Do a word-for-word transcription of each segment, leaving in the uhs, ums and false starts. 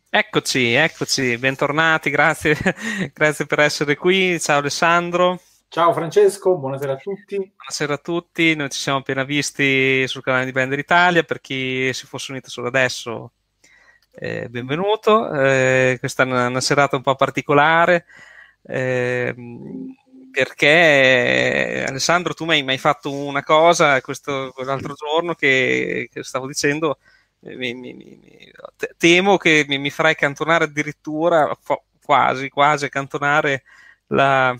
Eccoci, eccoci, bentornati, grazie, grazie per essere qui. Ciao Alessandro. Ciao Francesco, buonasera a tutti. Buonasera a tutti, noi ci siamo appena visti sul canale di Blender Italia, per chi si fosse unito solo adesso, eh, benvenuto. Eh, questa è una, una serata un po' particolare, eh, perché Alessandro, tu mi hai fatto una cosa questo, quell'altro giorno che, che stavo dicendo. Mi, mi, mi, temo che mi, mi farai cantonare addirittura, quasi, quasi accantonare la,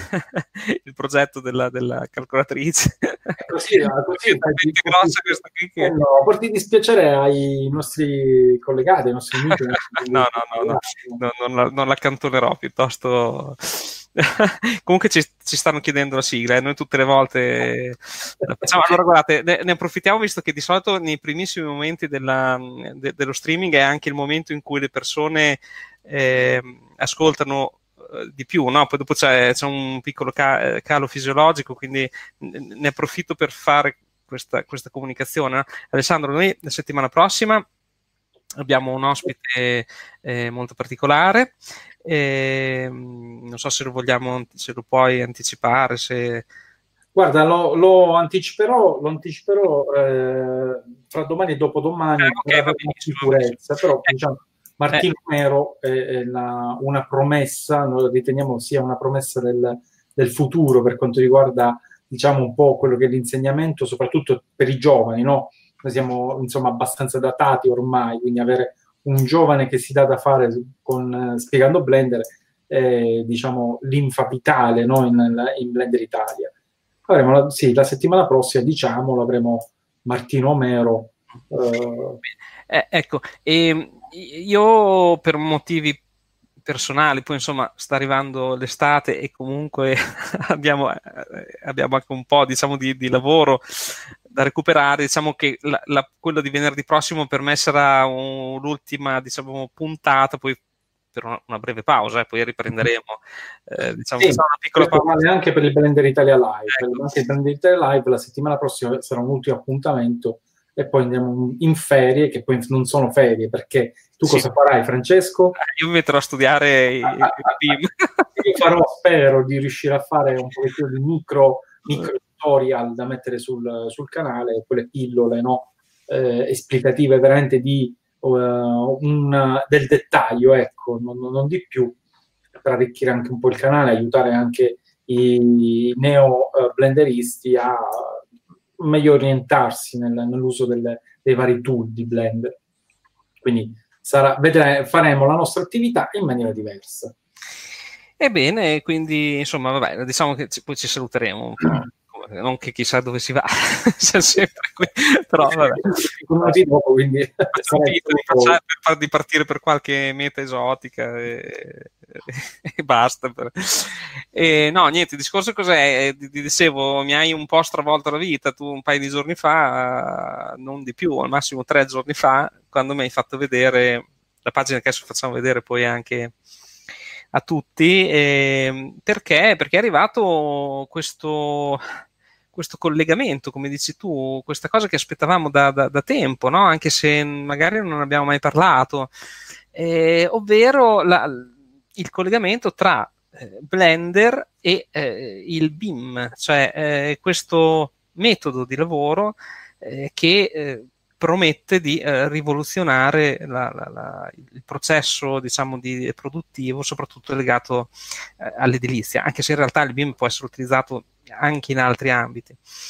il progetto della, della calcolatrice. È così, è così, È talmente grossa questa qui che... eh no, porti dispiacere ai nostri collegati, ai nostri amici. Ai nostri no, no, no, no, no, non, la, non la cantonerò, piuttosto... Comunque ci, ci stanno chiedendo la sigla, eh. Noi tutte le volte la facciamo. Allora guardate, ne, ne approfittiamo, visto che di solito nei primissimi momenti della, de, dello streaming è anche il momento in cui le persone eh, ascoltano eh, di più, no? Poi dopo c'è, c'è un piccolo ca- calo fisiologico, quindi ne approfitto per fare questa, questa comunicazione, no? Alessandro, noi la settimana prossima abbiamo un ospite eh, molto particolare. E, non so se lo vogliamo, se lo puoi anticipare, se... Guarda, lo, lo anticiperò, lo anticiperò eh, fra domani e dopodomani ah, okay, per avere sicurezza, però eh, diciamo Martino eh. Mero è, è la, una promessa, noi riteniamo sia una promessa del, del futuro per quanto riguarda, diciamo, un po' quello che è l'insegnamento, soprattutto per i giovani, no? Noi siamo insomma abbastanza datati ormai, quindi avere un giovane che si dà da fare con, spiegando Blender è, diciamo, linfa vitale, no? in, in Blender Italia. Avremo la, sì, la settimana prossima, diciamo, avremo Martino Omero. Eh. Eh, ecco, e io per motivi personali, poi insomma sta arrivando l'estate e comunque abbiamo, eh, abbiamo anche un po', diciamo, di, di lavoro da recuperare. Diciamo che la, la, quello di venerdì prossimo per me sarà un, l'ultima, diciamo, puntata, poi per una, una breve pausa, eh, poi riprenderemo. Eh, diciamo, sì, una piccola pausa. Vale anche per il Blender Italia Live. Ecco. Anche il Blender Italia Live la settimana prossima sarà un ultimo appuntamento e poi andiamo in ferie, che poi non sono ferie, perché tu sì. Cosa farai, Francesco? Io mi metterò a studiare i, i team. Io farò, spero di riuscire a fare un pochettino di micro, micro tutorial da mettere sul, sul canale, quelle pillole, no? eh, esplicative veramente di uh, un, del dettaglio, ecco, non, non di più, per arricchire anche un po' il canale, aiutare anche i neo uh, blenderisti a meglio orientarsi nel, nell'uso delle, dei vari tool di Blender. Quindi sarà, vedremo, faremo la nostra attività in maniera diversa. Ebbene, quindi insomma, vabbè, diciamo che ci, poi ci saluteremo un po'. Non che chissà dove si va, siamo sempre qui, però vabbè. Dopo, quindi faccio finta di, faccia, per, di partire per qualche meta esotica e, e basta. Per... E, no, niente, il discorso cos'è? Ti dicevo, mi hai un po' stravolto la vita, tu un paio di giorni fa, non di più, al massimo tre giorni fa, quando mi hai fatto vedere la pagina che adesso facciamo vedere poi anche a tutti, eh, perché? Perché è arrivato questo... questo collegamento, come dici tu, questa cosa che aspettavamo da, da, da tempo, no? Anche se magari non abbiamo mai parlato, eh, ovvero la, il collegamento tra eh, Blender e eh, il B I M, cioè eh, questo metodo di lavoro eh, che eh, promette di eh, rivoluzionare la, la, la, il processo, diciamo, di, produttivo, soprattutto legato eh, all'edilizia, anche se in realtà il B I M può essere utilizzato anche in altri ambiti.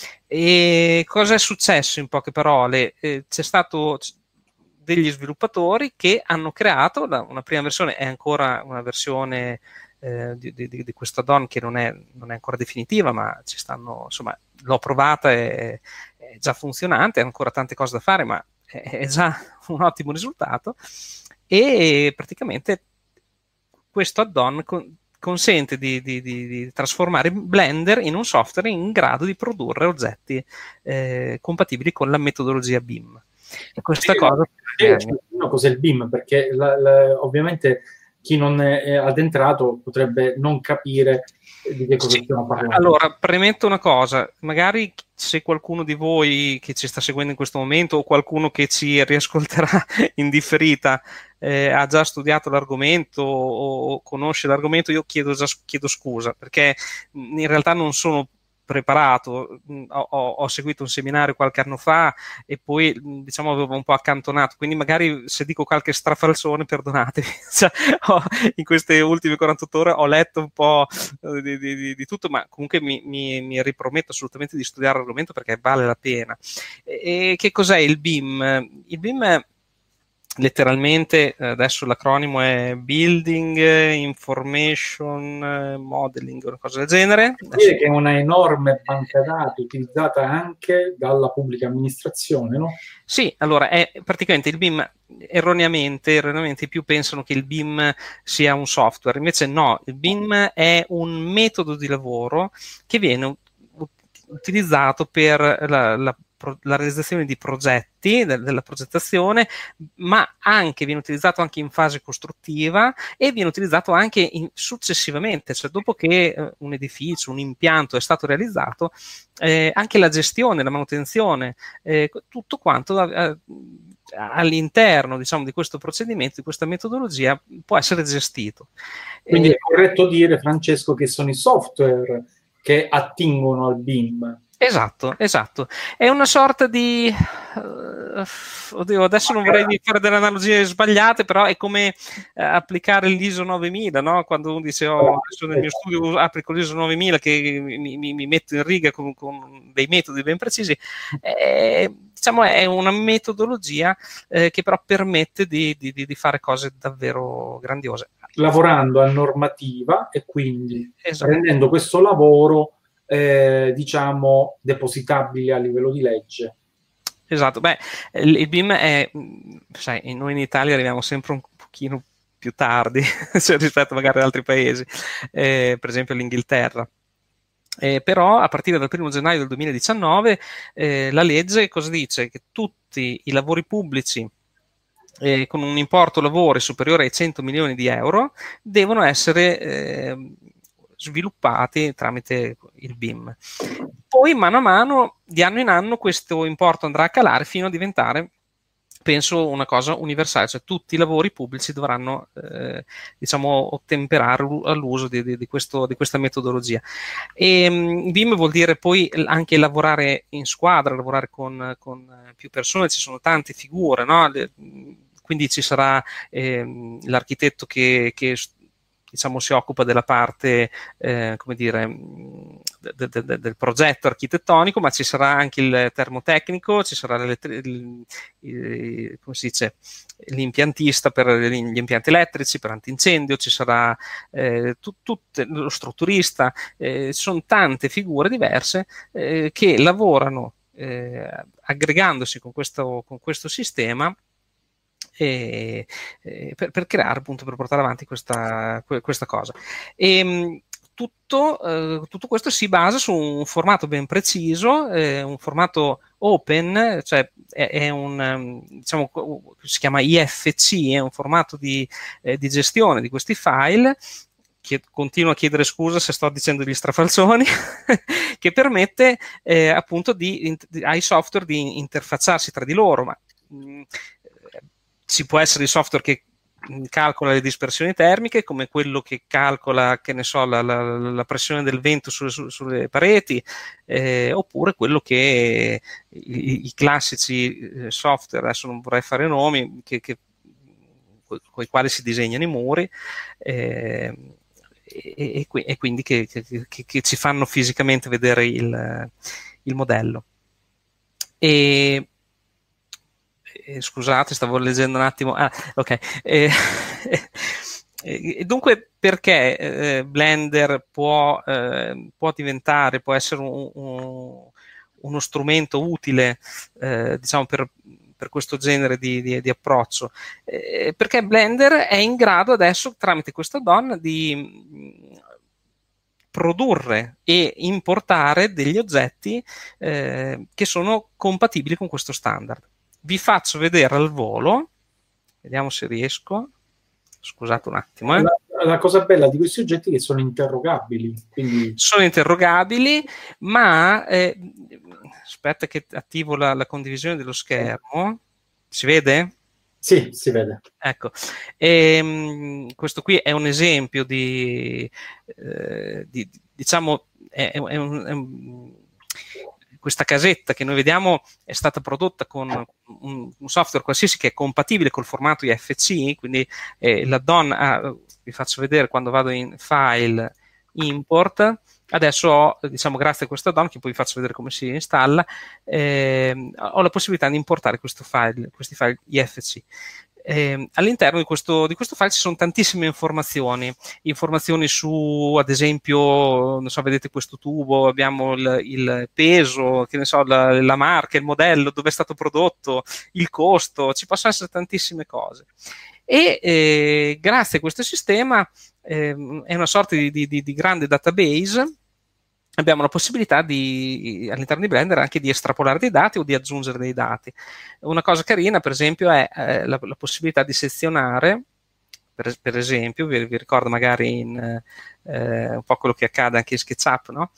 E cosa è successo in poche parole? Eh, c'è stato degli sviluppatori che hanno creato la, una prima versione, è ancora una versione eh, di, di, di questo add-on che non è, non è ancora definitiva, ma ci stanno, insomma, l'ho provata, è, è già funzionante, ha ancora tante cose da fare, ma è, è già un ottimo risultato. E praticamente questo add-on con, consente di, di, di, di trasformare Blender in un software in grado di produrre oggetti eh, compatibili con la metodologia B I M. E questa sì, cosa... Eh, cos'è il B I M? Perché la, la, ovviamente chi non è addentrato potrebbe non capire di che cosa sì. stiamo parlando. Allora, premetto una cosa, magari se qualcuno di voi che ci sta seguendo in questo momento o qualcuno che ci riascolterà in differita eh, ha già studiato l'argomento o, o conosce l'argomento, io chiedo, già, chiedo scusa, perché in realtà non sono preparato, ho, ho seguito un seminario qualche anno fa e poi diciamo avevo un po' accantonato, quindi magari se dico qualche strafalsone perdonatemi. Cioè, ho, in queste ultime quarantotto ore ho letto un po' di, di, di tutto, ma comunque mi, mi, mi riprometto assolutamente di studiare l'argomento perché vale la pena. E, e che cos'è il B I M? Il B I M è letteralmente, adesso l'acronimo è Building Information Modeling, una cosa del genere. Dire che è una enorme banca dati utilizzata anche dalla pubblica amministrazione, no? Sì, allora è praticamente il B I M, erroneamente, erroneamente più pensano che il B I M sia un software, invece no, il B I M è un metodo di lavoro che viene utilizzato per la, la la realizzazione di progetti, de- della progettazione, ma anche viene utilizzato anche in fase costruttiva e viene utilizzato anche in, successivamente, cioè dopo che eh, un edificio, un impianto è stato realizzato, eh, anche la gestione, la manutenzione, eh, tutto quanto eh, all'interno, diciamo, di questo procedimento, di questa metodologia può essere gestito. Quindi eh, è corretto dire, Francesco, che sono i software che attingono al B I M. Esatto, esatto. È una sorta di... Uh, oddio, adesso non vorrei fare delle analogie sbagliate, però è come uh, applicare l'I S O novemila, no? Quando uno dice, oh, adesso nel mio studio applico l'I S O novemila che mi, mi, mi metto in riga con, con dei metodi ben precisi. Eh, diciamo, è una metodologia eh, che però permette di, di, di fare cose davvero grandiose. Lavorando a normativa e quindi esatto. rendendo questo lavoro Eh, diciamo depositabili a livello di legge. Esatto, beh, il B I M è, sai, noi in Italia arriviamo sempre un pochino più tardi cioè, rispetto magari ad altri paesi, eh, per esempio l'Inghilterra. Eh, però a partire dal primo gennaio del duemiladiciannove eh, la legge cosa dice? Che tutti i lavori pubblici eh, con un importo lavori superiore ai cento milioni di euro devono essere eh, sviluppati tramite il B I M. Poi mano a mano, di anno in anno, questo importo andrà a calare fino a diventare, penso, una cosa universale, cioè tutti i lavori pubblici dovranno eh, diciamo ottemperare all'uso di, di, di, questo, di questa metodologia. E um, B I M vuol dire poi anche lavorare in squadra, lavorare con, con più persone, ci sono tante figure, no? Le, quindi ci sarà eh, l'architetto che, che diciamo si occupa della parte eh, come dire de, de, de, del progetto architettonico, ma ci sarà anche il termotecnico, ci sarà il, il, come si dice, l'impiantista per gli impianti elettrici, per antincendio, ci sarà eh, tu, tutte, lo strutturista, eh, sono tante figure diverse eh, che lavorano eh, aggregandosi con questo, con questo sistema E, e per, per creare appunto, per portare avanti questa, questa cosa. E tutto, eh, tutto questo si basa su un formato ben preciso, eh, un formato open, cioè è, è un, diciamo, si chiama I F C, è un formato di, eh, di gestione di questi file, che continuo a chiedere scusa se sto dicendo gli strafalzoni, che permette eh, appunto di, di, ai software di interfacciarsi tra di loro, ma mh, ci può essere il software che calcola le dispersioni termiche, come quello che calcola, che ne so, la, la, la pressione del vento sulle, su, sulle pareti, eh, oppure quello che i, i classici software, adesso non vorrei fare nomi, che, che, con i quali si disegnano i muri, eh, e, e, e quindi che, che, che ci fanno fisicamente vedere il, il modello. E Eh, scusate, stavo leggendo un attimo. Ah, ok. Eh, eh, dunque, perché eh, Blender può, eh, può diventare, può essere un, un, uno strumento utile, eh, diciamo, per, per questo genere di, di, di approccio? Eh, perché Blender è in grado adesso, tramite questo add-on, di produrre e importare degli oggetti eh, che sono compatibili con questo standard. Vi faccio vedere al volo, vediamo se riesco. Scusate un attimo. Eh. La, la cosa bella di questi oggetti è che sono interrogabili. Quindi... Sono interrogabili, ma eh, aspetta che attivo la, la condivisione dello schermo. Si vede? Sì, si vede. Ecco, e, questo qui è un esempio di, eh, di diciamo, è, è un, è un, questa casetta che noi vediamo è stata prodotta con un, un software qualsiasi che è compatibile col formato I F C, quindi eh, l'add-on, ah, vi faccio vedere quando vado in File, Import. Adesso ho, diciamo, grazie a questo add-on, che poi vi faccio vedere come si installa, eh, ho la possibilità di importare questo file, questi file I F C. Eh, all'interno di questo, di questo file ci sono tantissime informazioni, informazioni su, ad esempio, non so, vedete questo tubo, abbiamo il, il peso, che ne so, la, la marca, il modello, dove è stato prodotto, il costo, ci possono essere tantissime cose. E eh, grazie a questo sistema, eh, è una sorta di, di, di grande database, abbiamo la possibilità di, all'interno di Blender, anche di estrapolare dei dati o di aggiungere dei dati. Una cosa carina, per esempio, è eh, la, la possibilità di sezionare, per, per esempio, vi, vi ricordo magari in, eh, un po' quello che accade anche in SketchUp, no?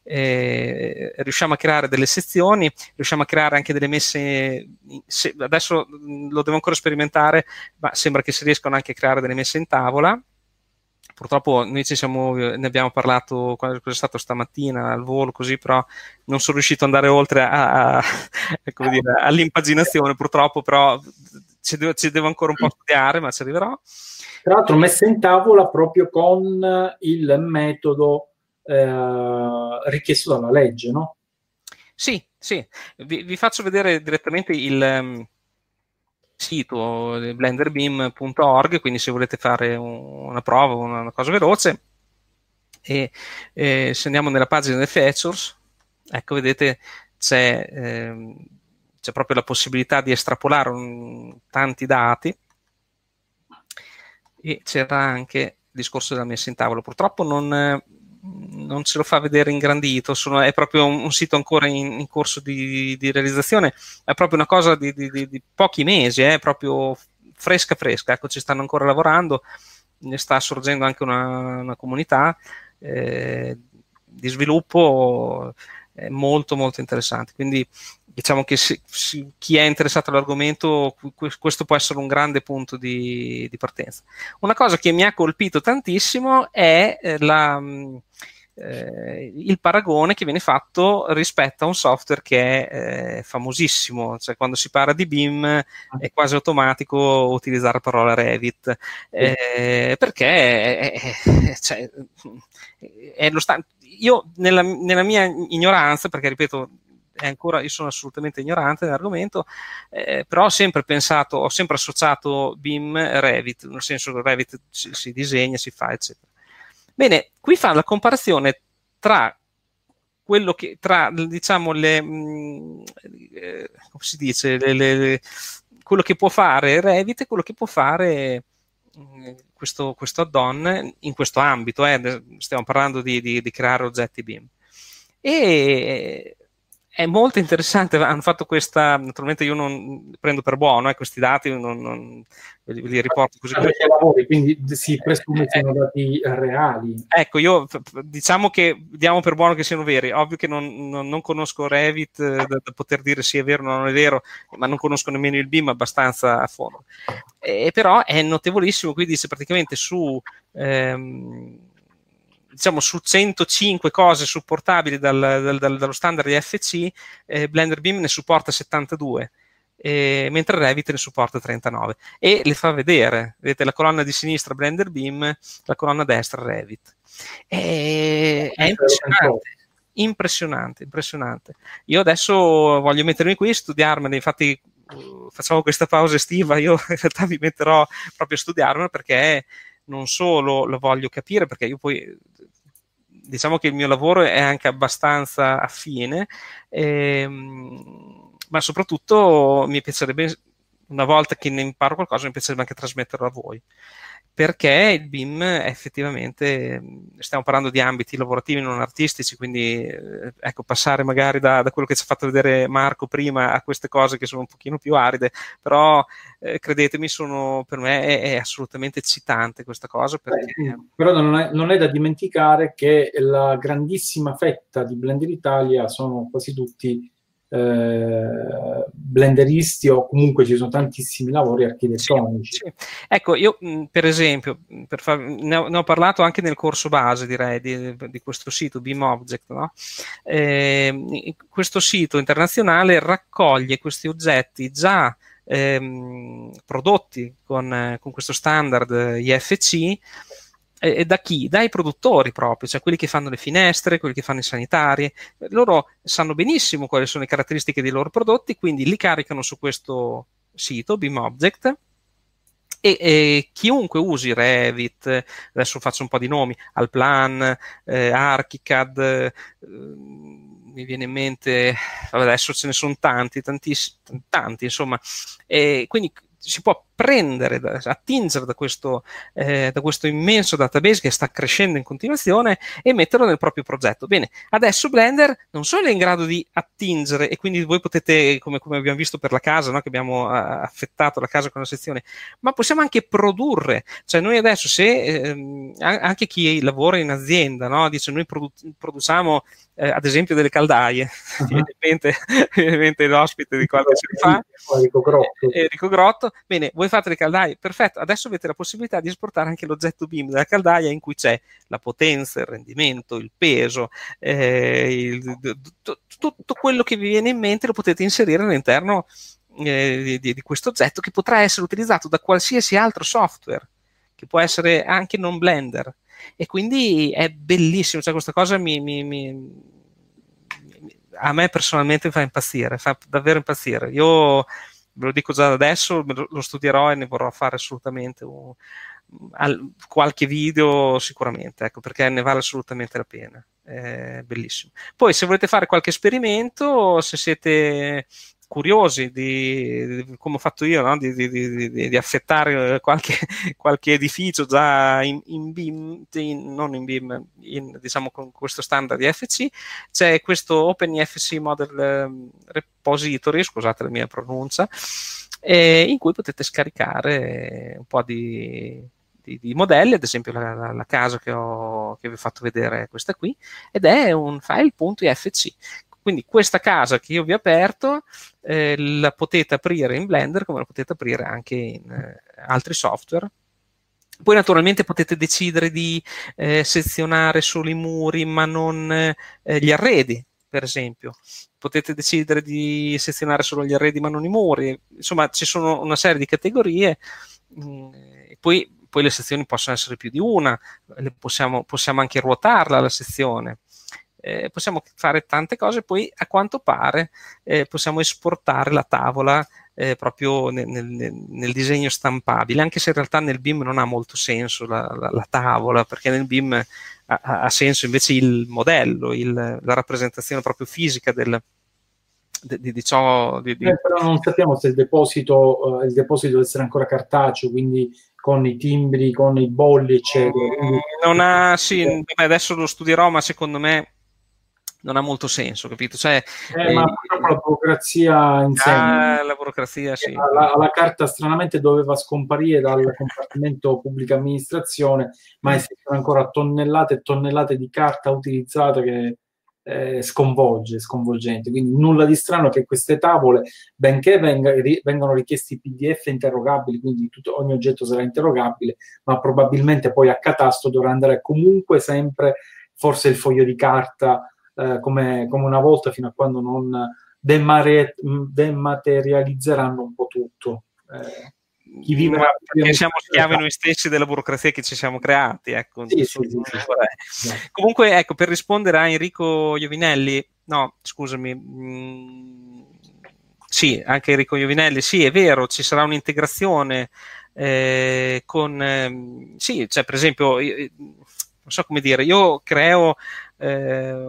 Eh, riusciamo a creare delle sezioni, riusciamo a creare anche delle messe, se, adesso lo devo ancora sperimentare, ma sembra che si riescano anche a creare delle messe in tavola. Purtroppo noi ci siamo, ne abbiamo parlato quando è stato stamattina al volo, così, però non sono riuscito ad andare oltre a, a, come dire, all'impaginazione, purtroppo, però ci devo, ci devo ancora un po' studiare, ma ci arriverò. Tra l'altro messa in tavola proprio con il metodo eh, richiesto dalla legge, no? Sì, sì. Vi, vi faccio vedere direttamente il um, sito blenderbeam punto org, quindi se volete fare un, una prova, una, una cosa veloce, e eh, se andiamo nella pagina delle features, ecco, vedete, c'è, ehm, c'è proprio la possibilità di estrapolare un, tanti dati, e c'era anche il discorso della messa in tavola. Purtroppo non, non ce lo fa vedere ingrandito, sono, è proprio un, un sito ancora in, in corso di, di realizzazione, è proprio una cosa di, di, di pochi mesi, è eh, proprio fresca fresca, ecco, ci stanno ancora lavorando, ne sta sorgendo anche una, una comunità eh, di sviluppo eh, molto molto interessante, quindi diciamo che se, se, chi è interessato all'argomento, questo può essere un grande punto di, di partenza. Una cosa che mi ha colpito tantissimo è eh, la, eh, il paragone che viene fatto rispetto a un software che è eh, famosissimo, cioè quando si parla di B I M è quasi automatico utilizzare la parola Revit, eh, perché è, è, cioè, è lo sta- io nella, nella mia ignoranza, perché ripeto, è ancora, io sono assolutamente ignorante dell'argomento, eh, però ho sempre pensato, ho sempre associato B I M Revit, nel senso che Revit si, si disegna, si fa, eccetera. Bene, qui fa la comparazione tra quello che, tra, diciamo, le, mh, eh, come si dice, le, le, le, quello che può fare Revit e quello che può fare mh, questo, questo add-on in questo ambito, eh, stiamo parlando di, di, di creare oggetti B I M. E è molto interessante, hanno fatto questa, naturalmente io non prendo per buono eh, questi dati, non, non ve li, ve li riporto così. Perché lavori, quindi si presume che siano dati reali. Ecco, io diciamo che diamo per buono che siano veri, ovvio che non, non, non conosco Revit da, da poter dire sì è vero o non è vero, ma non conosco nemmeno il B I M abbastanza a fondo. E, però è notevolissimo, qui dice praticamente su... Ehm, diciamo su centocinque cose supportabili dal, dal, dal, dallo standard di F C, eh, Blender B I M ne supporta settantadue, eh, mentre Revit ne supporta trentanove, e le fa vedere, vedete la colonna di sinistra Blender B I M, la colonna destra Revit. E, è impressionante, impressionante, impressionante. Io adesso voglio mettermi qui, studiarmene, infatti facciamo questa pausa estiva, io in realtà mi metterò proprio a studiarmene, perché non solo lo voglio capire, perché io poi diciamo che il mio lavoro è anche abbastanza affine, ehm, ma soprattutto mi piacerebbe una volta che ne imparo qualcosa mi piacerebbe anche trasmetterlo a voi, perché il B I M effettivamente, stiamo parlando di ambiti lavorativi non artistici, quindi eh, ecco, passare magari da, da quello che ci ha fatto vedere Marco prima a queste cose che sono un pochino più aride, però eh, credetemi, sono, per me è, è assolutamente eccitante questa cosa, perché... Beh, però non è, non è da dimenticare che la grandissima fetta di Blender Italia sono quasi tutti eh, blenderisti, o comunque ci sono tantissimi lavori architettonici. Sì, sì. Ecco, io mh, per esempio, per far, ne, ho, ne ho parlato anche nel corso base, direi, di, di questo sito, Beam Object, no? Eh, questo sito internazionale raccoglie questi oggetti già ehm, prodotti con, con questo standard I F C, e da chi? Dai produttori proprio, cioè quelli che fanno le finestre, quelli che fanno i sanitari. Loro sanno benissimo quali sono le caratteristiche dei loro prodotti, quindi li caricano su questo sito, Beam Object, e, e chiunque usi Revit, adesso faccio un po' di nomi, Allplan, eh, Archicad, eh, mi viene in mente, vabbè, adesso ce ne sono tanti, tantissimi, tanti, insomma, e quindi si può prendere, attingere da questo, eh, da questo immenso database che sta crescendo in continuazione e metterlo nel proprio progetto. Bene, adesso Blender non solo è in grado di attingere, e quindi voi potete, come, come abbiamo visto per la casa, no, che abbiamo uh, affettato la casa con una sezione, ma possiamo anche produrre. Cioè noi adesso, se ehm, anche chi lavora in azienda, no, dice noi produ- produciamo eh, ad esempio delle caldaie, uh-huh. Evidentemente l'ospite di qualche giorno fa, Enrico Grotto. Enrico Grotto, bene, voi fate le caldaie, perfetto, adeso avete la possibilità di esportare anche l'oggetto B I M della caldaia, in cui c'è la potenza, il rendimento, il peso, eh, il, tutto, tutto quello che vi viene in mente lo potete inserire all'interno eh, di, di questo oggetto, che potrà essere utilizzato da qualsiasi altro software, che può essere anche non Blender, e quindi è bellissimo, cioè questa cosa mi, mi, mi, a me personalmente fa impazzire, fa davvero impazzire. Io ve lo dico già adesso, lo studierò e ne vorrò fare assolutamente un, al, qualche video sicuramente, ecco, perché ne vale assolutamente la pena, è bellissimo. Poi se volete fare qualche esperimento, se siete curiosi di, di come ho fatto io, no? di, di, di, di affettare qualche, qualche edificio già in, in B I M, in, non in B I M, in, diciamo con questo standard I F C, c'è questo OpenIFC Model Repository, scusate la mia pronuncia, eh, in cui potete scaricare un po' di, di, di modelli, ad esempio la, la, la casa che, ho, che vi ho fatto vedere, questa qui, ed è un file.ifc. Quindi questa casa che io vi ho aperto eh, la potete aprire in Blender come la potete aprire anche in eh, altri software. Poi naturalmente potete decidere di eh, sezionare solo i muri ma non eh, gli arredi, per esempio. Potete decidere di sezionare solo gli arredi ma non i muri. Insomma, ci sono una serie di categorie. Mh, e poi, poi le sezioni possono essere più di una, le possiamo, possiamo anche ruotarla la sezione. Eh, possiamo fare tante cose, poi a quanto pare eh, possiamo esportare la tavola eh, proprio nel, nel, nel disegno stampabile, anche se in realtà nel B I M non ha molto senso la, la, la tavola, perché nel B I M ha, ha senso invece il modello, il, la rappresentazione proprio fisica del, di, di, di ciò. Di, di... Eh, però non sappiamo se il deposito, eh, il deposito deve essere ancora cartaceo, quindi con i timbri, con i bolli, eccetera. Quindi... Non ha, sì, eh. adesso lo studierò, ma secondo me non ha molto senso, capito? Cioè, eh, eh, ma purtroppo la burocrazia insegna. Ah, la burocrazia, sì. La, la carta stranamente doveva scomparire dal compartimento pubblica amministrazione, ma esistono ancora tonnellate e tonnellate di carta utilizzata che eh, sconvolge, sconvolgente. Quindi nulla di strano che queste tavole, benché venga, ri, vengano richiesti P D F interrogabili, quindi tutto, ogni oggetto sarà interrogabile, ma probabilmente poi a catasto dovrà andare comunque sempre forse il foglio di carta, eh, come, come una volta, fino a quando non demare, dematerializzeranno un po' tutto. Eh, chi vivrà, perché siamo schiavi noi stessi della burocrazia che ci siamo creati, ecco. Sì, sì, sì, sì. Comunque, ecco, per rispondere a Enrico Iovinelli, no, scusami, mh, sì, anche Enrico Iovinelli, sì, è vero, ci sarà un'integrazione eh, con, eh, sì, cioè per esempio, io, non so come dire, io creo eh,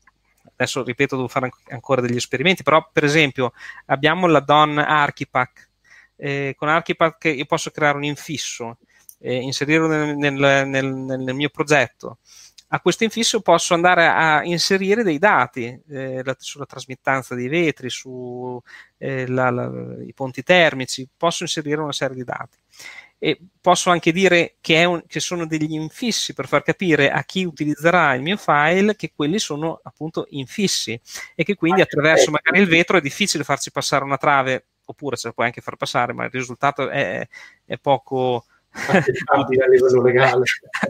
adesso ripeto, devo fare ancora degli esperimenti, però per esempio abbiamo l'add-on Archipack eh, con ArchiPad che io posso creare un infisso, eh, inserirlo nel, nel, nel, nel mio progetto. A questo infisso posso andare a inserire dei dati eh, la, sulla trasmittanza dei vetri, su eh, la, la, i ponti termici, posso inserire una serie di dati. E posso anche dire che, è un, che sono degli infissi per far capire a chi utilizzerà il mio file che quelli sono appunto infissi e che quindi attraverso magari il vetro è difficile farci passare una trave, oppure se la puoi anche far passare, ma il risultato è, è poco accettabile a livello legale.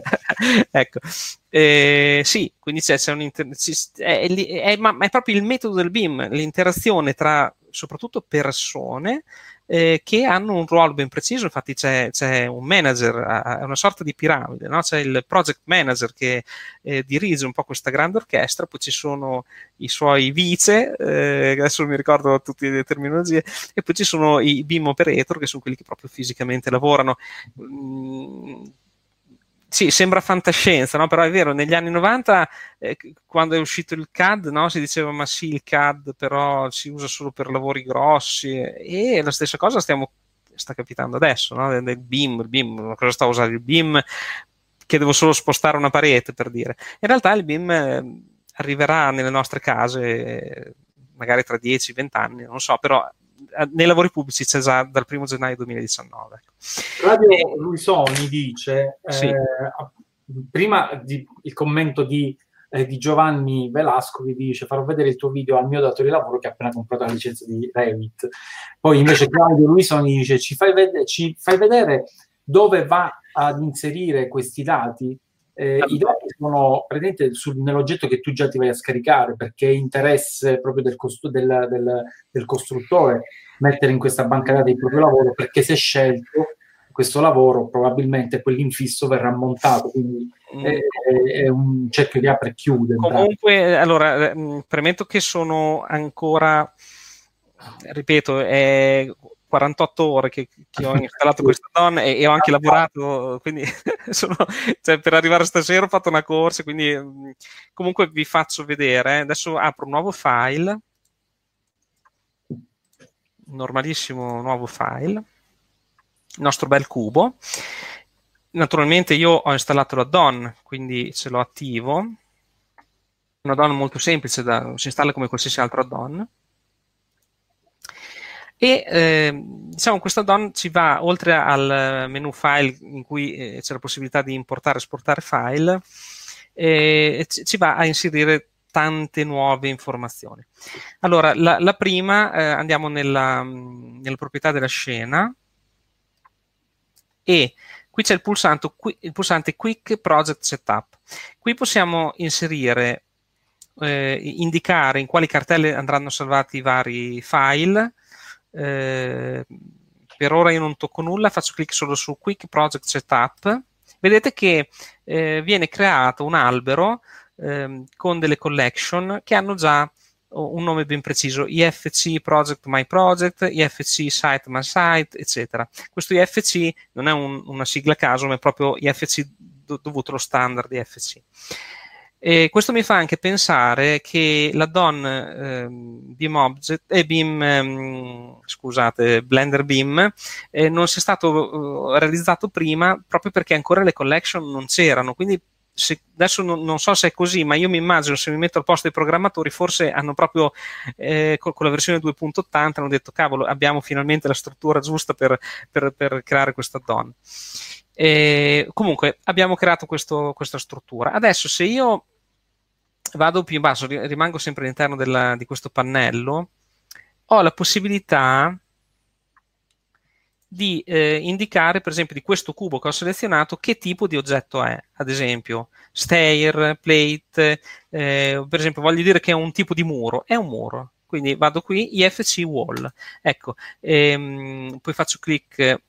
Ecco, eh, sì, quindi c'è, c'è un inter- è, è, è, ma è proprio il metodo del B I M, l'interazione tra soprattutto persone eh, che hanno un ruolo ben preciso. Infatti c'è, c'è un manager, è una sorta di piramide, no? C'è il project manager che eh, dirige un po' questa grande orchestra, poi ci sono i suoi vice, eh, adesso non mi ricordo tutte le terminologie, e poi ci sono i B I M operator che sono quelli che proprio fisicamente lavorano. Mm, sì, sembra fantascienza, no? Però è vero, negli anni novanta, eh, quando è uscito il C A D, no? Si diceva ma sì, il C A D però si usa solo per lavori grossi, e la stessa cosa stiamo, sta capitando adesso, no? Del B I M, il B I M, cosa sta usando il B I M? Che devo solo spostare una parete, per dire. In realtà il B I M eh, arriverà nelle nostre case eh, magari tra dieci venti anni, non so, però nei lavori pubblici c'è già dal primo gennaio duemiladiciannove. Radio Luisoni dice, eh, sì. prima di, il commento di, eh, di Giovanni Velasco che dice: farò vedere il tuo video al mio datore di lavoro che ha appena comprato la licenza di Revit. Poi invece Claudio Luisoni dice: ci fai, ved- ci fai vedere dove va ad inserire questi dati? Eh, I dati sono presenti sul, nell'oggetto che tu già ti vai a scaricare, perché è interesse proprio del, costu- del, del, del costruttore mettere in questa banca dati il proprio lavoro, perché se scelto questo lavoro probabilmente quell'infisso verrà montato, quindi è, è un cerchio che apre e chiude. Comunque, allora, premetto che sono ancora, ripeto, è quarantotto ore che, che ho installato questa donna e, e ho anche lavorato, quindi sono, cioè, per arrivare stasera ho fatto una corsa, quindi comunque vi faccio vedere. Adesso apro un nuovo file, normalissimo nuovo file, il nostro bel cubo. Naturalmente io ho installato l'add-on, quindi ce l'ho attivo. Un add-on molto semplice, da, si installa come qualsiasi altro add-on. E eh, diciamo questo add-on ci va, oltre al menu file in cui eh, c'è la possibilità di importare e esportare file, eh, ci va a inserire tante nuove informazioni. Allora, la, la prima, eh, andiamo nella, nella proprietà della scena, e qui c'è il pulsante, il pulsante Quick Project Setup. Qui possiamo inserire, eh, indicare in quali cartelle andranno salvati i vari file. Eh, per ora io non tocco nulla, faccio clic solo su Quick Project Setup. Vedete che eh, viene creato un albero eh, con delle collection che hanno già un nome ben preciso: I F C Project My Project, I F C Site My Site, eccetera. Questo I F C non è un, una sigla a caso, ma è proprio I F C do, dovuto allo standard I F C. E questo mi fa anche pensare che l'add-on eh, Beam Object e eh, Beam ehm, scusate Blender Beam eh, non sia stato eh, realizzato prima, proprio perché ancora le collection non c'erano. Quindi se, adesso non, non so se è così, ma io mi immagino, se mi metto al posto dei programmatori, forse hanno proprio eh, con, con la versione due punto ottanta hanno detto: cavolo, abbiamo finalmente la struttura giusta per, per, per creare questo add-on. E comunque abbiamo creato questo, questa struttura. Adesso, se io vado più in basso, rimango sempre all'interno della, di questo pannello, ho la possibilità di eh, indicare, per esempio, di questo cubo che ho selezionato, che tipo di oggetto è. Ad esempio stair, plate, eh, per esempio voglio dire che è un tipo di muro, è un muro, quindi vado qui, I F C wall, ecco, ehm, poi faccio clic.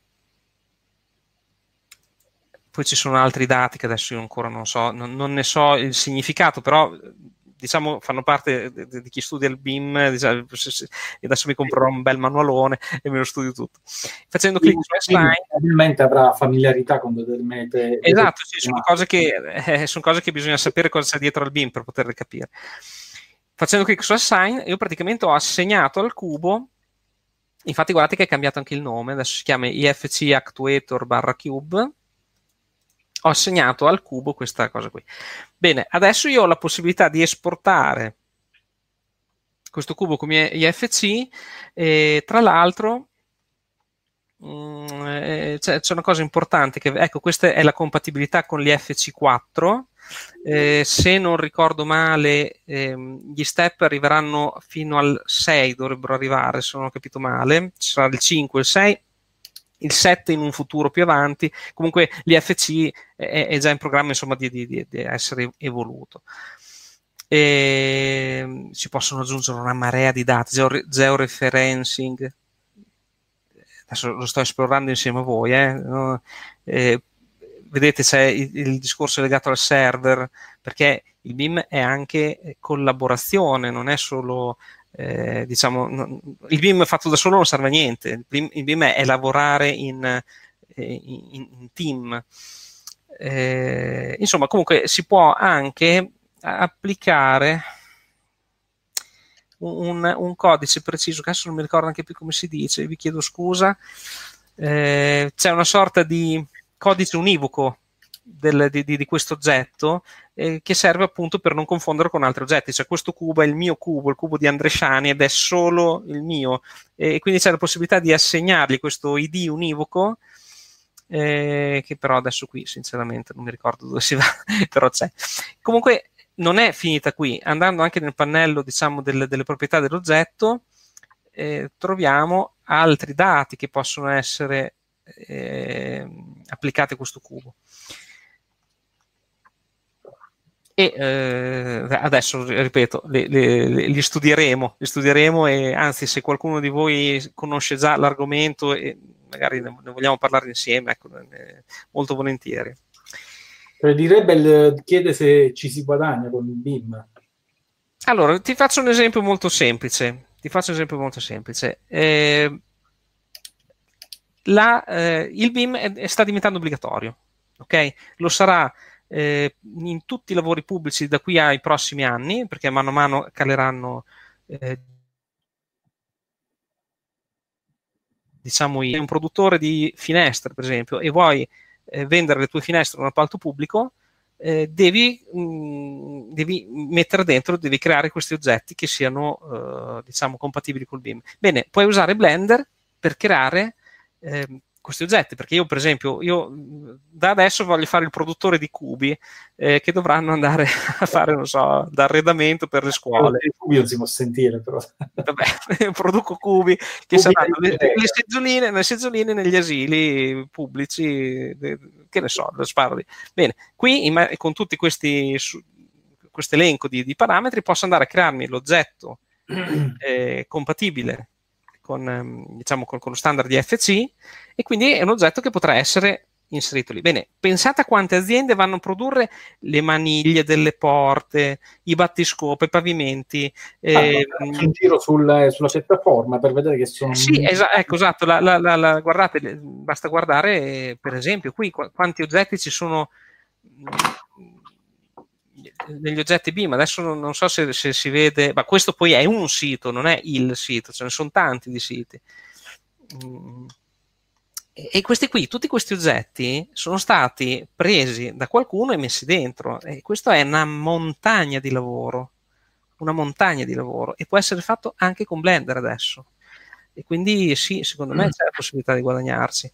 Poi ci sono altri dati che adesso io ancora non so, non, non ne so il significato, però diciamo fanno parte di, di chi studia il B I M, diciamo, adesso mi comprerò un bel manualone e me lo studio tutto. Facendo clic su Assign, probabilmente avrà familiarità con determinate... Esatto, sì, sono cose che, eh, sono cose che bisogna sapere cosa c'è dietro al B I M per poterle capire. Facendo clic su Assign, io praticamente ho assegnato al cubo infatti guardate che è cambiato anche il nome, adesso si chiama I F C Actuator barra Cube. Ho assegnato al cubo questa cosa qui. Bene, adesso io ho la possibilità di esportare questo cubo come I F C, e tra l'altro mh, eh, c'è, c'è una cosa importante, che ecco, questa è la compatibilità con l'I F C quattro. Eh, se non ricordo male, ehm, gli step arriveranno fino al sei, dovrebbero arrivare, se non ho capito male, ci sarà il cinque, il sei, il sette in un futuro più avanti. Comunque l'I F C è, è già in programma, insomma, di, di, di essere evoluto. E si possono aggiungere una marea di dati, geo- georeferencing, adesso lo sto esplorando insieme a voi, eh? No? Eh, vedete c'è il, il discorso legato al server, perché il B I M è anche collaborazione, non è solo eh, diciamo, non, il B I M fatto da solo non serve a niente, il B I M, il B I M è, è lavorare in, eh, in, in team. Eh, insomma, comunque si può anche applicare un, un codice preciso, che adesso non mi ricordo anche più come si dice, vi chiedo scusa. Eh, c'è una sorta di codice univoco del, di, di questo oggetto eh, che serve appunto per non confondere con altri oggetti. Cioè, questo cubo è il mio cubo, il cubo di Andresciani, ed è solo il mio, e quindi c'è la possibilità di assegnargli questo I D univoco, eh, che però adesso qui sinceramente non mi ricordo dove si va, però c'è. Comunque non è finita qui, andando anche nel pannello, diciamo, delle, delle proprietà dell'oggetto, eh, troviamo altri dati che possono essere eh, applicati a questo cubo. E eh, adesso, ripeto, li, li, li studieremo, li studieremo e anzi, se qualcuno di voi conosce già l'argomento e magari ne, ne vogliamo parlare insieme, ecco, ne, molto volentieri. Di Rebel chiede se ci si guadagna con il B I M. Allora, ti faccio un esempio molto semplice. Ti faccio un esempio molto semplice. Eh, la, eh, il B I M è, è, sta diventando obbligatorio, ok? Lo sarà eh, in tutti i lavori pubblici da qui ai prossimi anni, perché mano a mano caleranno, eh, diciamo, un produttore di finestre, per esempio, e vuoi eh, vendere le tue finestre in un appalto pubblico. Eh, devi, mh, devi mettere dentro, devi creare questi oggetti che siano eh, diciamo compatibili col B I M. Bene, puoi usare Blender per creare eh, questi oggetti, perché io per esempio io da adesso voglio fare il produttore di cubi eh, che dovranno andare a fare, non so, d'arredamento per le scuole. I cubi non si può sentire, però. Vabbè, produco cubi che cubi saranno le, le, seggiolini, le seggiolini negli asili pubblici, che ne so, lo sparo lì. Bene, qui in, con tutti questi questo elenco di, di parametri posso andare a crearmi l'oggetto eh, compatibile con, diciamo, con, con lo standard di F C, e quindi è un oggetto che potrà essere inserito lì. Bene, pensate a quante aziende vanno a produrre le maniglie delle porte, i battiscope, i pavimenti. Eh, ah, un giro sul, sulla piattaforma per vedere che sono... Sì, esa- ecco, esatto, la, la, la, la, guardate, basta guardare per esempio qui qu- quanti oggetti ci sono negli oggetti B I M. Adesso non, non so se, se si vede, ma questo poi è un sito, non è il sito, ce ne sono tanti di siti. Mm. E questi qui, tutti questi oggetti sono stati presi da qualcuno e messi dentro, e questo è una montagna di lavoro, una montagna di lavoro, e può essere fatto anche con Blender adesso, e quindi sì, secondo me c'è la possibilità di guadagnarsi.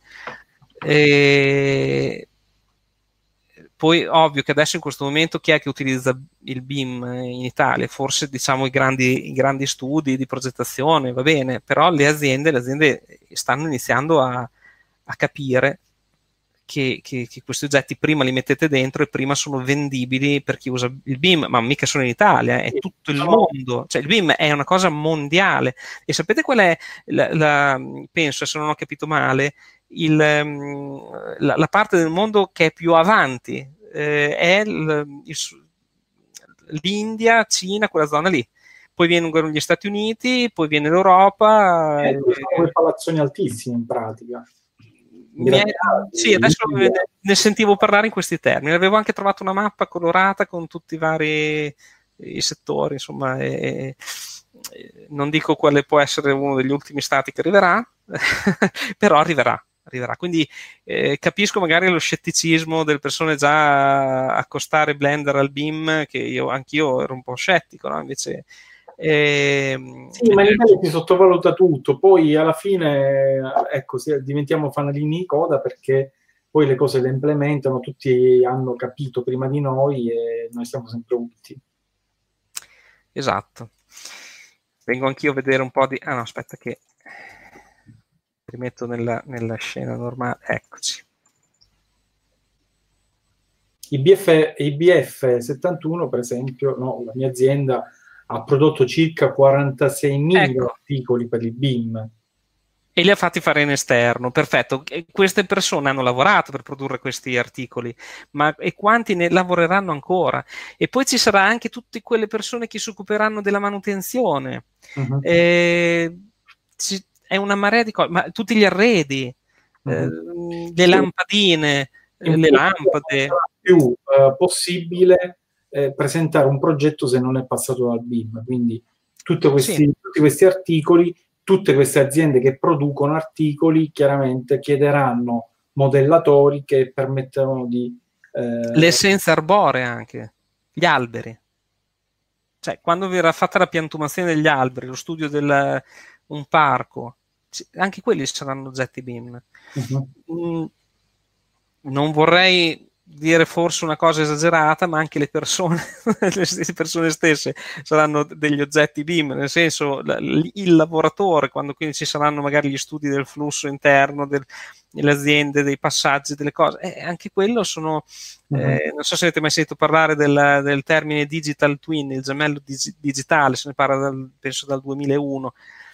E poi ovvio che adesso in questo momento chi è che utilizza il B I M in Italia? Forse diciamo i grandi, i grandi studi di progettazione, va bene, però le aziende, le aziende stanno iniziando a a capire che, che, che questi oggetti prima li mettete dentro e prima sono vendibili per chi usa il B I M, ma mica solo in Italia, è tutto il mondo, cioè il B I M è una cosa mondiale. E sapete qual è la, la, penso, se non ho capito male, il, la, la parte del mondo che è più avanti eh, è il, il, l'India, Cina, quella zona lì. Poi vengono gli Stati Uniti, poi viene l'Europa. Eh, sono quei palazzoni altissimi in pratica. È, sì, adesso ne, ne sentivo parlare in questi termini. Avevo anche trovato una mappa colorata con tutti i vari i settori, insomma, e, non dico quale può essere uno degli ultimi stati che arriverà, però arriverà. arriverà. Quindi eh, capisco magari lo scetticismo delle persone già a accostare Blender al B I M, che io anch'io ero un po' scettico, no? Invece eh, sì, ma in Italia si sottovaluta tutto, poi alla fine ecco, diventiamo fanalini di coda perché poi le cose le implementano, tutti hanno capito prima di noi e noi siamo sempre ultimi. Esatto. Vengo anch'io a vedere un po' di... Ah no, aspetta che rimetto nella, nella scena normale. Eccoci. I B F, i B F settantuno, per esempio, no, la mia azienda ha prodotto circa quarantaseimila ecco. articoli per il B I M. E li ha fatti fare in esterno, perfetto. E queste persone hanno lavorato per produrre questi articoli, ma e quanti ne lavoreranno ancora? E poi ci sarà anche tutte quelle persone che si occuperanno della manutenzione. Uh-huh. Eh, ci, è una marea di cose, ma tutti gli arredi, uh-huh. eh, le sì. lampadine, in le lampade. Non sarà più uh, possibile eh, presentare un progetto se non è passato dal B I M, quindi tutti questi, sì. tutti questi articoli, tutte queste aziende che producono articoli chiaramente chiederanno modellatori che permettano di... Eh... Le essenze arboree anche, gli alberi. Cioè, quando verrà fatta la piantumazione degli alberi, lo studio di un parco, anche quelli saranno oggetti B I M. Uh-huh. Mm, non vorrei dire forse una cosa esagerata, ma anche le persone, le persone stesse saranno degli oggetti B I M, nel senso il lavoratore, quando quindi ci saranno magari gli studi del flusso interno del, delle aziende, dei passaggi, delle cose, eh, anche quello sono, uh-huh. eh, non so se avete mai sentito parlare del, del termine digital twin, il gemello dig- digitale, se ne parla dal, penso dal duemilauno,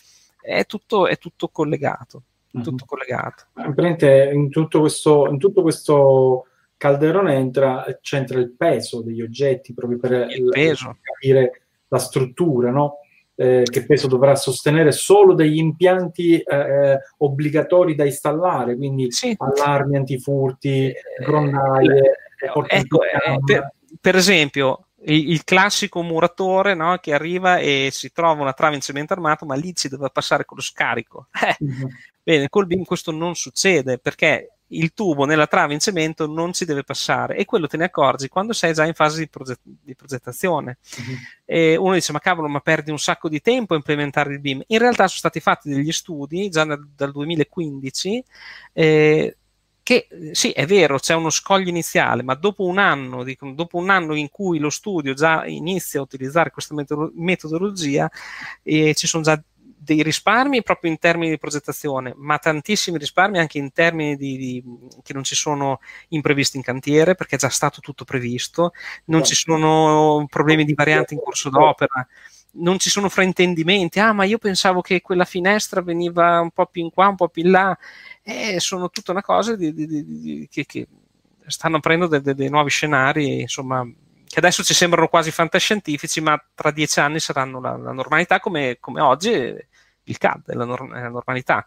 è tutto, è tutto collegato, uh-huh. tutto collegato. In tutto questo, in tutto questo calderone entra, c'entra il peso degli oggetti proprio per il peso. capire la struttura, no? Eh, che peso dovrà sostenere solo degli impianti eh, obbligatori da installare, quindi sì. allarmi antifurti, eh, grondaie. Eh, ecco, eh, per, per esempio il, il classico muratore, no, che arriva e si trova una trave in cemento armato, ma lì ci deve passare con lo scarico. Eh, mm-hmm. Bene, col B I M questo non succede perché il tubo nella trave in cemento non ci deve passare e quello te ne accorgi quando sei già in fase di, proget- di progettazione. Uh-huh. E uno dice ma cavolo, ma perdi un sacco di tempo a implementare il B I M. In realtà sono stati fatti degli studi già dal, dal duemilaquindici eh, che sì, è vero, c'è uno scoglio iniziale, ma dopo un anno, dicono, dopo un anno in cui lo studio già inizia a utilizzare questa metod- metodologia eh, ci sono già dei risparmi proprio in termini di progettazione, ma tantissimi risparmi anche in termini di, di che non ci sono imprevisti in cantiere perché è già stato tutto previsto, non ci sono problemi di varianti in corso d'opera, non ci sono fraintendimenti, ah ma io pensavo che quella finestra veniva un po' più in qua, un po' più in là, eh, sono tutta una cosa di, di, di, di, che, che stanno aprendo dei, dei, dei nuovi scenari, insomma, che adesso ci sembrano quasi fantascientifici, ma tra dieci anni saranno la, la normalità come, come oggi il C A D è la, norm- è la normalità.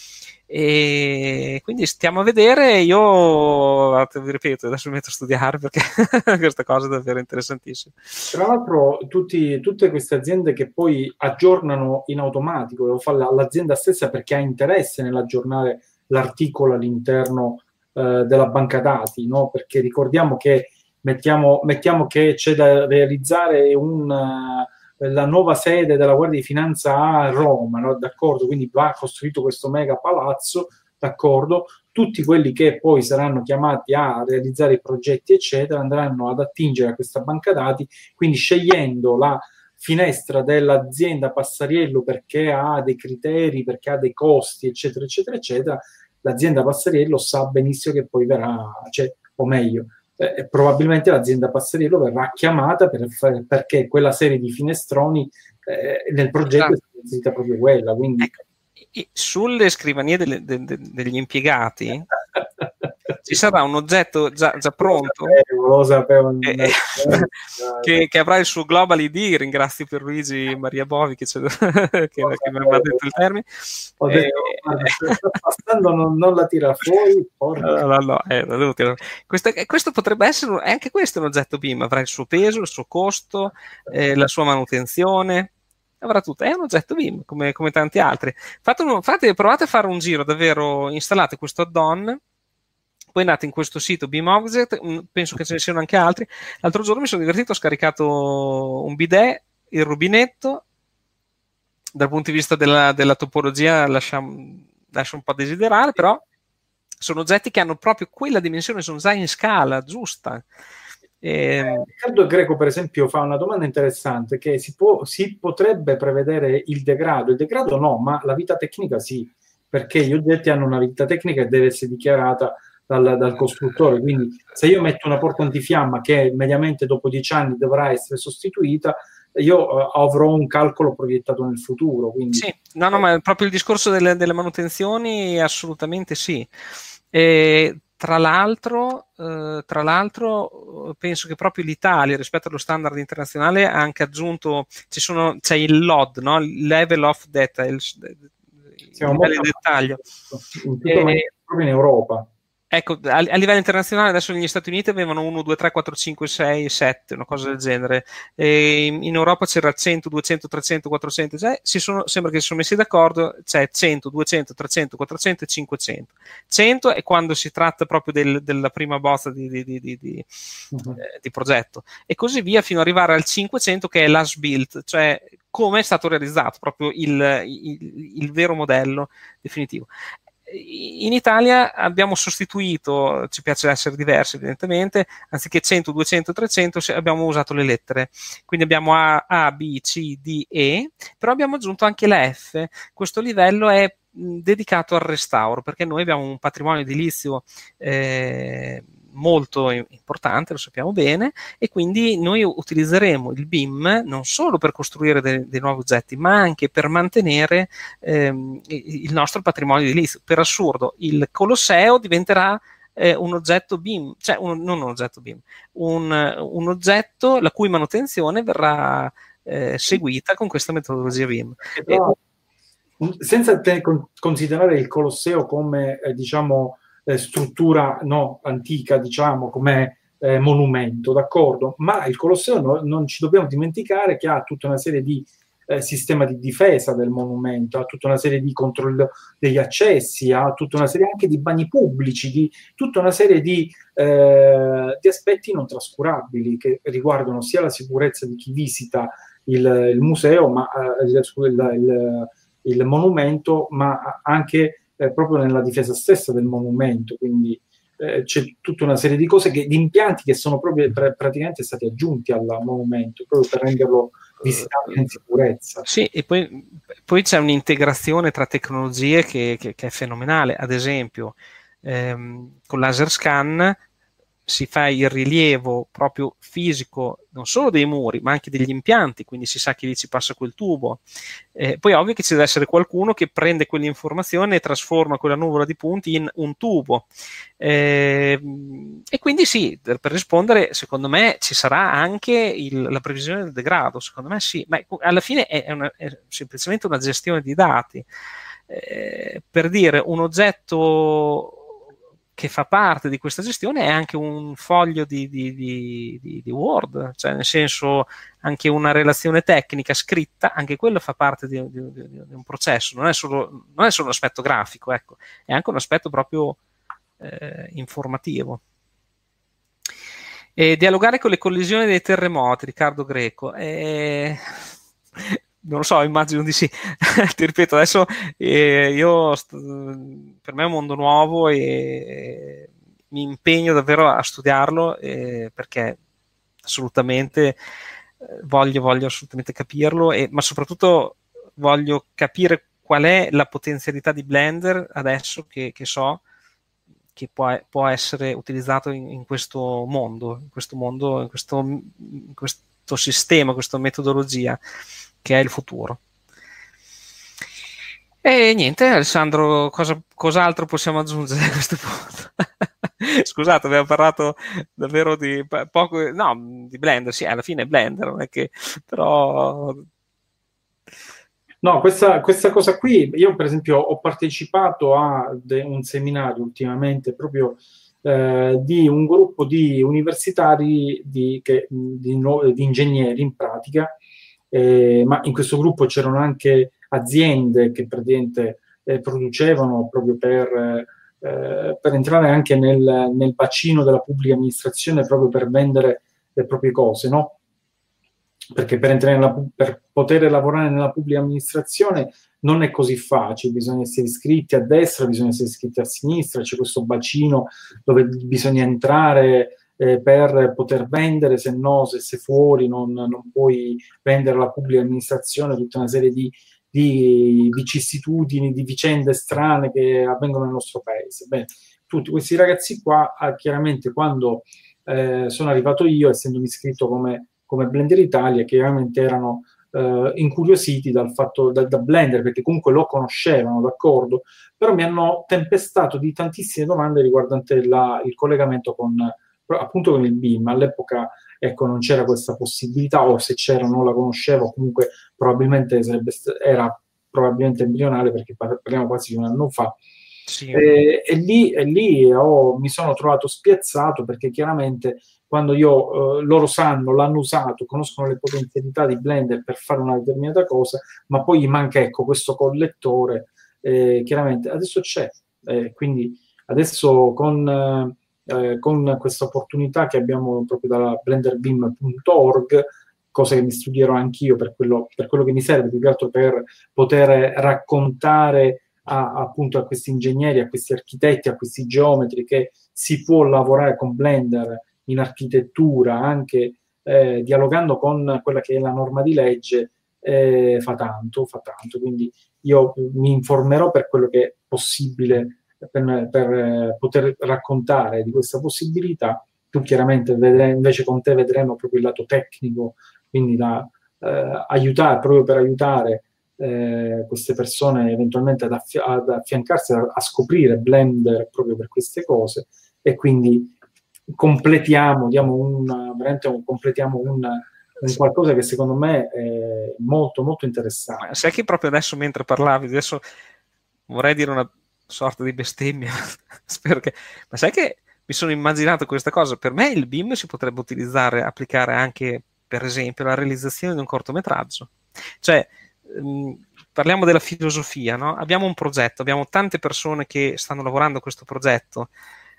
E quindi stiamo a vedere, io vi ripeto, adesso mi metto a studiare perché questa cosa è davvero interessantissima. Tra l'altro tutti, tutte queste aziende che poi aggiornano in automatico, lo fa l'azienda stessa perché ha interesse nell'aggiornare l'articolo all'interno eh, della banca dati, no? Perché ricordiamo che Mettiamo, mettiamo che c'è da realizzare un, uh, la nuova sede della Guardia di Finanza a Roma, no? D'accordo? Quindi va costruito questo mega palazzo, d'accordo? Tutti quelli che poi saranno chiamati a realizzare i progetti, eccetera, andranno ad attingere a questa banca dati, quindi scegliendo la finestra dell'azienda Passariello perché ha dei criteri, perché ha dei costi, eccetera, eccetera, eccetera, l'azienda Passariello sa benissimo che poi verrà, cioè, o meglio, Eh, probabilmente l'azienda Passariello verrà chiamata per, perché quella serie di finestroni eh, nel progetto è stata proprio quella. Quindi... Ecco, sulle scrivanie delle, de, de, degli impiegati ci sarà un oggetto già, già pronto lo sapevo, lo sapevo. Eh, che, che avrà il suo Global I D. Ringrazio Pierluigi Maria Bovi che, che, che mi aveva detto il termine. Ho detto, eh, passando non, non la tira fuori. No, no, no, eh, lo devo tirare. Questo, questo potrebbe essere anche questo un oggetto B I M, avrà il suo peso, il suo costo, eh, la sua manutenzione. avrà tutto, è un oggetto B I M come, come tanti altri. Fate un, fate, provate a fare un giro davvero, installate questo add-on, poi andate in questo sito B I M Object, penso che ce ne siano anche altri. L'altro giorno mi sono divertito, ho scaricato un bidet, il rubinetto, dal punto di vista della, della topologia lascia, lascia un po' a desiderare, però sono oggetti che hanno proprio quella dimensione, sono già in scala giusta. Eh, Riccardo Greco, per esempio, fa una domanda interessante, che si, può, si potrebbe prevedere il degrado. Il degrado no, ma la vita tecnica sì, perché gli oggetti hanno una vita tecnica e deve essere dichiarata dal, dal costruttore. Quindi se io metto una porta antifiamma che mediamente dopo dieci anni dovrà essere sostituita, io uh, avrò un calcolo proiettato nel futuro. Quindi, sì, no, no, ma proprio il discorso delle, delle manutenzioni, assolutamente sì. E, tra l'altro, eh, tra l'altro, penso che proprio l'Italia, rispetto allo standard internazionale, ha anche aggiunto, ci sono, c'è il L O D, no? Level of Details, siamo il livello di dettaglio. In tutto e, proprio in Europa. Ecco, a, a livello internazionale adesso negli Stati Uniti avevano uno, due, tre, quattro, cinque, sei, sette, una cosa del genere. E in, in Europa c'era cento, duecento, trecento, quattrocento, cioè, si sono, sembra che si sono messi d'accordo, c'è cento, duecento, trecento, quattrocento e cinquecento. cento è quando si tratta proprio del, della prima bozza di, di, di, di, di, uh-huh. eh, di progetto, e così via fino ad arrivare al cinquecento, che è l'as built, cioè come è stato realizzato, proprio il, il, il vero modello definitivo. In Italia abbiamo sostituito, ci piace essere diversi evidentemente, anziché cento, duecento, trecento abbiamo usato le lettere, quindi abbiamo A, A, B, C, D, E, però abbiamo aggiunto anche la F. Questo livello è mh, dedicato al restauro, perché noi abbiamo un patrimonio edilizio eh, molto importante, lo sappiamo bene, e quindi noi utilizzeremo il B I M non solo per costruire dei, dei nuovi oggetti, ma anche per mantenere ehm, il nostro patrimonio edilizio. Per assurdo, il Colosseo diventerà eh, un oggetto B I M, cioè un, non un oggetto B I M, un, un oggetto la cui manutenzione verrà eh, seguita con questa metodologia B I M. Però, senza te, con, considerare il Colosseo come eh, diciamo Eh, struttura no, antica, diciamo, come eh, monumento, d'accordo? Ma il Colosseo no, non ci dobbiamo dimenticare che ha tutta una serie di eh, sistema di difesa del monumento, ha tutta una serie di controllo degli accessi, ha tutta una serie anche di bagni pubblici, di tutta una serie di, eh, di aspetti non trascurabili che riguardano sia la sicurezza di chi visita il, il museo, ma eh, il, il, il monumento, ma anche Eh, proprio nella difesa stessa del monumento, quindi eh, c'è tutta una serie di cose, che, di impianti che sono proprio pr- praticamente stati aggiunti al monumento, proprio per renderlo visitabile in sicurezza. Sì, e poi, poi c'è un'integrazione tra tecnologie che, che, che è fenomenale. Ad esempio, ehm, con laser scan si fa il rilievo proprio fisico non solo dei muri, ma anche degli impianti, quindi si sa che lì ci passa quel tubo. Eh, poi è ovvio che ci deve essere qualcuno che prende quell'informazione e trasforma quella nuvola di punti in un tubo. Eh, e quindi sì, per rispondere, secondo me ci sarà anche il, la previsione del degrado, secondo me sì, ma alla fine è, una, è semplicemente una gestione di dati. Eh, per dire, un oggetto che fa parte di questa gestione è anche un foglio di, di, di, di, di Word, cioè nel senso anche una relazione tecnica scritta, anche quello fa parte di, di, di un processo, non è, solo, non è solo un aspetto grafico, ecco, è anche un aspetto proprio eh, informativo. E dialogare con le collisioni dei terremoti, Riccardo Greco. Eh... non lo so, immagino di sì. Ti ripeto, adesso eh, io st- per me è un mondo nuovo e eh, mi impegno davvero a studiarlo eh, perché assolutamente eh, voglio, voglio assolutamente capirlo, e, ma soprattutto voglio capire qual è la potenzialità di Blender adesso che, che so che può, può essere utilizzato in, in questo mondo, in questo mondo, in questo, in questo sistema, questa metodologia che è il futuro. E niente, Alessandro, cosa, cos'altro possiamo aggiungere a questo punto? Scusate, abbiamo parlato davvero di poco, no, di Blender, sì, alla fine è Blender, non è che, però... No, questa, questa cosa qui, io per esempio ho partecipato a de, un seminario ultimamente proprio eh, di un gruppo di universitari di, che, di, di ingegneri in pratica, eh, ma in questo gruppo c'erano anche aziende che praticamente eh, producevano proprio per, eh, per entrare anche nel, nel bacino della pubblica amministrazione, proprio per vendere le proprie cose, no? Perché per, entrare nella, per poter lavorare nella pubblica amministrazione non è così facile, bisogna essere iscritti a destra, bisogna essere iscritti a sinistra, c'è questo bacino dove bisogna entrare eh, per poter vendere, se no, se sei fuori non, non puoi vendere alla pubblica amministrazione, tutta una serie di, di vicissitudini, di vicende strane che avvengono nel nostro paese. Bene, tutti questi ragazzi qua, chiaramente quando eh, sono arrivato io, essendomi iscritto come come Blender Italia, che chiaramente erano eh, incuriositi dal fatto da, da Blender, perché comunque lo conoscevano, d'accordo, però mi hanno tempestato di tantissime domande riguardanti la, il collegamento con appunto con il B I M. All'epoca ecco non c'era questa possibilità, o se c'era non la conoscevo, comunque probabilmente sarebbe, era probabilmente embrionale, perché parliamo quasi di un anno fa. Sì. E, e lì, e lì oh, mi sono trovato spiazzato, perché chiaramente quando io, eh, loro sanno, l'hanno usato, conoscono le potenzialità di Blender per fare una determinata cosa, ma poi gli manca ecco questo collettore, eh, chiaramente adesso c'è, eh, quindi adesso con, eh, con questa opportunità che abbiamo proprio dalla blenderbeam punto org, cosa che mi studierò anch'io per quello, per quello che mi serve, più che altro per poter raccontare a, appunto a questi ingegneri, a questi architetti, a questi geometri che si può lavorare con Blender in architettura, anche eh, dialogando con quella che è la norma di legge, eh, fa tanto, fa tanto. Quindi io mi informerò per quello che è possibile per, per eh, poter raccontare di questa possibilità. Tu chiaramente vedrai, invece con te vedremo proprio il lato tecnico, quindi da eh, aiutare, proprio per aiutare eh, queste persone eventualmente ad, affi- ad affiancarsi a, a scoprire Blender proprio per queste cose, e quindi completiamo, diamo un, veramente un, completiamo un, un qualcosa che secondo me è molto molto interessante. Ma sai che proprio adesso mentre parlavi, adesso vorrei dire una sorta di bestemmia, spero che, ma sai che mi sono immaginato questa cosa, per me il B I M si potrebbe utilizzare, applicare anche per esempio alla realizzazione di un cortometraggio, cioè mh, parliamo della filosofia, no? Abbiamo un progetto, abbiamo tante persone che stanno lavorando a questo progetto,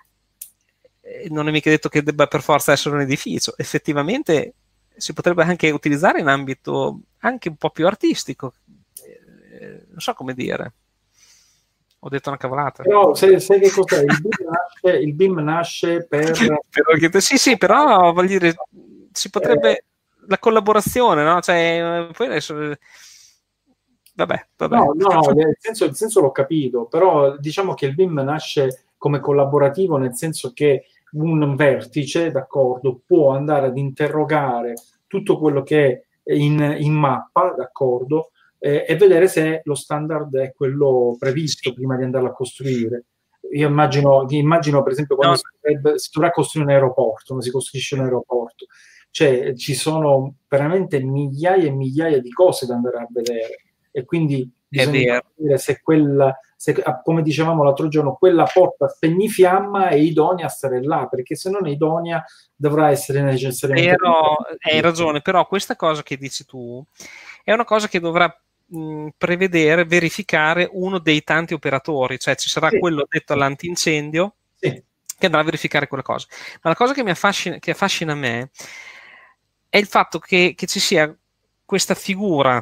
non è mica detto che debba per forza essere un edificio, effettivamente si potrebbe anche utilizzare in ambito anche un po' più artistico, eh, non so come dire, ho detto una cavolata. Però sai, sai che cos'è? Il B I M nasce, il B I M nasce per... per... sì sì, però voglio dire, si potrebbe eh... la collaborazione, no? Cioè, poi adesso vabbè, vabbè. No, no, no, nel senso, il senso l'ho capito, però diciamo che il B I M nasce come collaborativo, nel senso che un vertice, d'accordo, può andare ad interrogare tutto quello che è in, in mappa, d'accordo, eh, e vedere se lo standard è quello previsto prima di andarlo a costruire. Io immagino, immagino per esempio quando no. si, dovrebbe, si dovrà costruire un aeroporto, non si costruisce un aeroporto, cioè ci sono veramente migliaia e migliaia di cose da andare a vedere, e quindi bisogna capire se quella, se, come dicevamo l'altro giorno, quella porta spegnifiamma è idonea a stare là, perché se non è idonea dovrà essere necessariamente... Però, hai ragione, però questa cosa che dici tu è una cosa che dovrà mh, prevedere, verificare uno dei tanti operatori, cioè ci sarà sì. quello detto all'antincendio sì. che andrà a verificare quella cosa. Ma la cosa che mi affascina, che affascina a me è il fatto che, che ci sia questa figura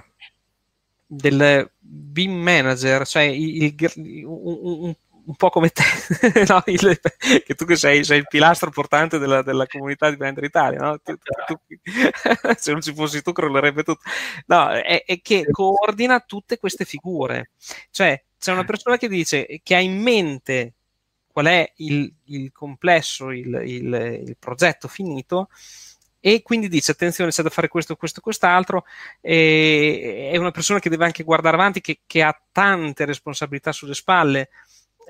del B I M manager, cioè il, il, un, un, un po' come te, no? il, che tu che sei, sei il pilastro portante della, della comunità di Blender Italia, no? tu, tu, tu, se non ci fossi tu crollerebbe tutto, no, è, è che coordina tutte queste figure, cioè c'è una persona che dice, che ha in mente qual è il, il complesso, il, il, il progetto finito, e quindi dice attenzione, c'è da fare questo, questo, quest'altro, e è una persona che deve anche guardare avanti, che, che ha tante responsabilità sulle spalle,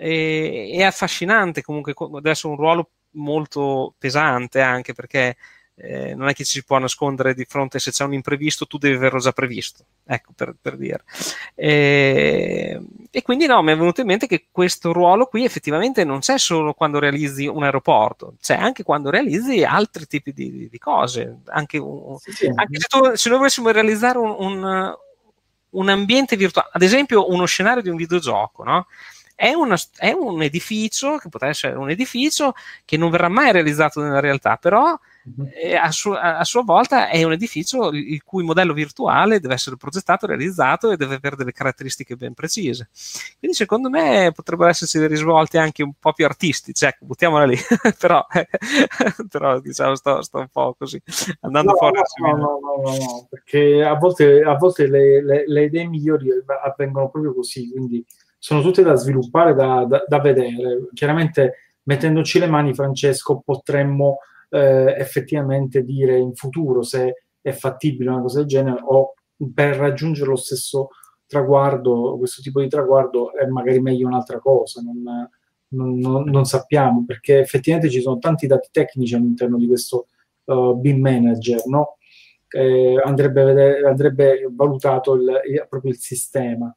e, è affascinante comunque, deve essere un ruolo molto pesante, anche perché eh, non è che ci si può nascondere di fronte, se c'è un imprevisto tu devi averlo già previsto, ecco, per, per dire. E, e quindi no, mi è venuto in mente che questo ruolo qui effettivamente non c'è solo quando realizzi un aeroporto, c'è anche quando realizzi altri tipi di, di cose, anche, un, sì, sì. anche se, tu, se noi volessimo realizzare un, un, un ambiente virtuale, ad esempio uno scenario di un videogioco, no? È, una, è un edificio che potrebbe essere un edificio che non verrà mai realizzato nella realtà, però eh, a, su, a, a sua volta è un edificio il, il cui modello virtuale deve essere progettato, realizzato e deve avere delle caratteristiche ben precise. Quindi secondo me potrebbero esserci dei risvolti anche un po' più artistici, ecco, buttiamola lì. però, però diciamo sto, sto un po' così andando no, fuori. No, no, no, no, no, perché a volte, a volte le, le, le idee migliori avvengono proprio così, quindi sono tutte da sviluppare, da, da, da vedere. Chiaramente mettendoci le mani, Francesco, potremmo eh, effettivamente dire in futuro se è fattibile una cosa del genere, o per raggiungere lo stesso traguardo, questo tipo di traguardo, è magari meglio un'altra cosa, non, non, non, non sappiamo, perché effettivamente ci sono tanti dati tecnici all'interno di questo uh, B I M manager, no? Eh, andrebbe, vedere, andrebbe valutato il, il, proprio il sistema.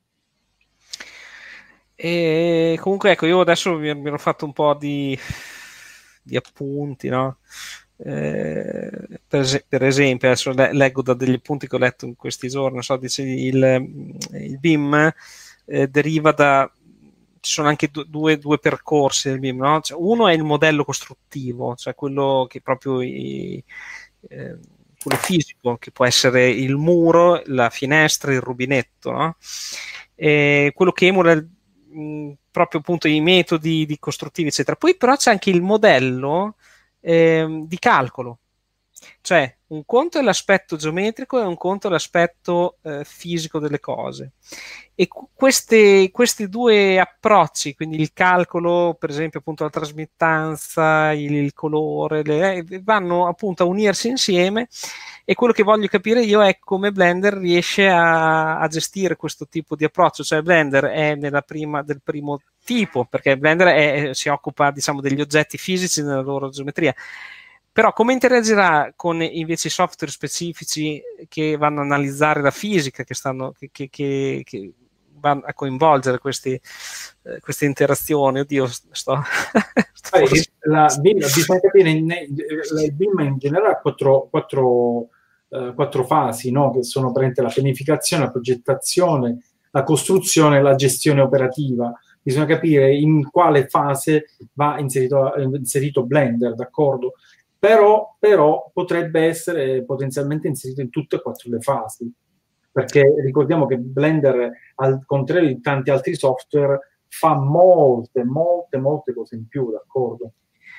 E comunque ecco, io adesso mi, mi ero fatto un po' di, di appunti, no? Eh, per, es- per esempio, adesso le- leggo da degli appunti che ho letto in questi giorni, non so, dice il, il B I M eh, deriva da, ci sono anche du- due, due percorsi del B I M, no? Cioè, uno è il modello costruttivo, cioè quello che proprio i, eh, quello fisico, che può essere il muro, la finestra, il rubinetto, no? E quello che emula il Mh, proprio appunto i metodi di costruttivi eccetera. Poi però c'è anche il modello eh, di calcolo, cioè un conto è l'aspetto geometrico e un conto è l'aspetto eh, fisico delle cose, e queste, questi due approcci, quindi il calcolo, per esempio appunto la trasmittanza, il, il colore, le, vanno appunto a unirsi insieme, e quello che voglio capire io è come Blender riesce a, a gestire questo tipo di approccio. Cioè Blender è nella prima, del primo tipo, perché Blender è, si occupa diciamo degli oggetti fisici nella loro geometria, però come interagirà con invece i software specifici che vanno a analizzare la fisica, che, stanno, che, che, che, che vanno a coinvolgere questi, eh, queste interazioni? Oddio, sto... sto la B I M, bisogna capire, il B I M in generale ha quattro, quattro, uh, quattro fasi, no? Che sono presenti la pianificazione, la progettazione, la costruzione e la gestione operativa. Bisogna capire in quale fase va inserito, inserito Blender, d'accordo? Però, però potrebbe essere potenzialmente inserito in tutte e quattro le fasi, perché ricordiamo che Blender, al contrario di tanti altri software, fa molte, molte, molte cose in più, d'accordo?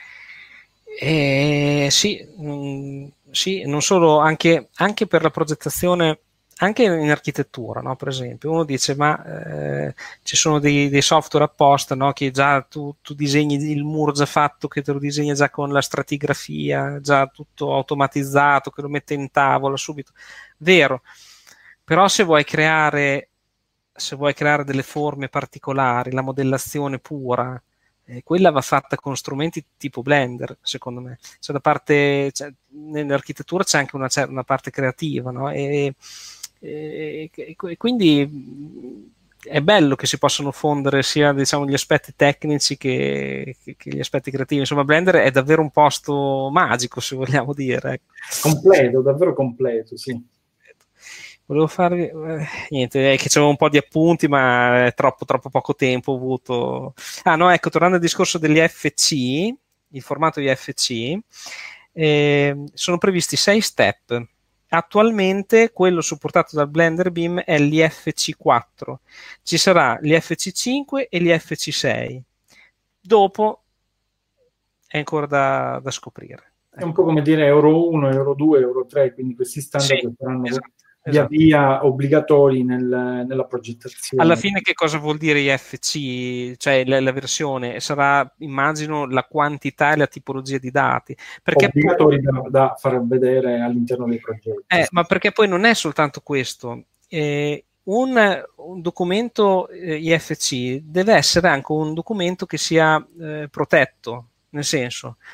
Eh, sì, mh, sì, non solo, anche, anche per la progettazione, anche in architettura, no? Per esempio, uno dice, ma eh, ci sono dei, dei software apposta, no? Che già tu, tu disegni il muro già fatto, che te lo disegna già con la stratigrafia, già tutto automatizzato, che lo mette in tavola subito. Vero, però se vuoi creare, se vuoi creare delle forme particolari, la modellazione pura, eh, quella va fatta con strumenti tipo Blender, secondo me. Cioè, da parte, cioè, nell'architettura c'è anche una, una parte creativa, no? E, e, e quindi è bello che si possano fondere sia diciamo gli aspetti tecnici che, che, che gli aspetti creativi. Insomma, Blender è davvero un posto magico, se vogliamo dire. Completo, davvero completo, sì. Volevo farvi eh, niente, è che c'avevo un po' di appunti, ma è troppo, troppo poco tempo ho avuto. Ah, no, ecco, tornando al discorso degli F C, il formato di F C, eh, sono previsti sei step. Attualmente quello supportato dal Blender B I M è l'I F C quattro, ci sarà l'I F C cinque e l'I F C sei. Dopo è ancora da, da scoprire. È un po' come dire Euro uno, Euro due, Euro tre, quindi questi standard Sì, saranno esatto, via esatto. via obbligatori nel, nella progettazione. Alla fine che cosa vuol dire I F C? Cioè la, la versione sarà, immagino, la quantità e la tipologia di dati. Perché obbligatori poi, da, da far vedere all'interno dei progetti. eh, ma perché poi non è soltanto questo. Eh, un, un documento eh, I F C deve essere anche un documento che sia eh, protetto, nel senso,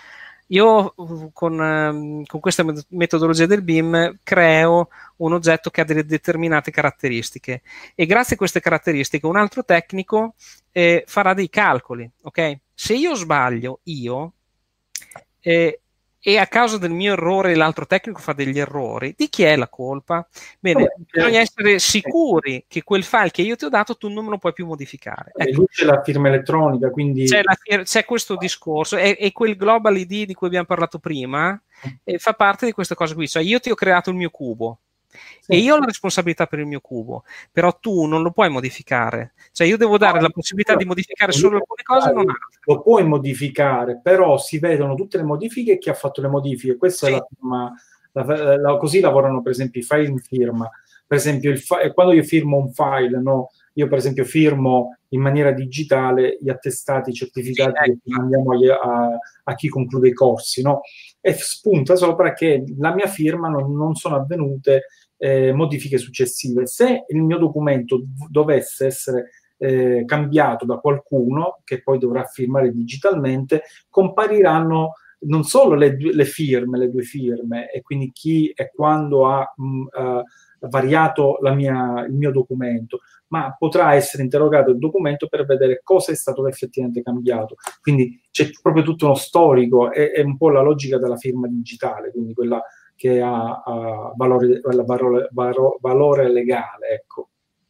io con, ehm, con questa metodologia del B I M creo un oggetto che ha delle determinate caratteristiche e grazie a queste caratteristiche un altro tecnico eh, farà dei calcoli, ok? Se io sbaglio, io eh, e a causa del mio errore l'altro tecnico fa degli errori, di chi è la colpa? Bene, Vabbè, bisogna essere eh, sicuri che quel file che io ti ho dato tu non me lo puoi più modificare. vabbè, Ecco. lì c'è la firma elettronica, quindi... C'è, la, c'è questo discorso e, e quel Global I D di cui abbiamo parlato prima eh, fa parte di queste cose qui. Cioè io ti ho creato il mio cubo Sì. e io ho la responsabilità per il mio cubo, però tu non lo puoi modificare. Cioè io devo dare No, la possibilità di modificare solo alcune cose e non altre. Lo puoi modificare, però si vedono tutte le modifiche e chi ha fatto le modifiche. Questa Sì. è la firma, la, la, così lavorano per esempio i file in firma. Per esempio il fa- quando io firmo un file, no? Io per esempio firmo in maniera digitale gli attestati, i certificati Sì, ecco. Che mandiamo a, a, a chi conclude i corsi, no? E spunta sopra che la mia firma non, non sono avvenute eh, modifiche successive. Se il mio documento dovesse essere eh, cambiato da qualcuno che poi dovrà firmare digitalmente, compariranno non solo le, le firme, le due firme, e quindi chi e quando ha mh, uh, variato la mia, il mio documento, ma potrà essere interrogato il documento per vedere cosa è stato effettivamente cambiato. Quindi c'è proprio tutto uno storico, è, è un po' la logica della firma digitale, quindi quella che ha, ha valore, valore, valore legale, ecco.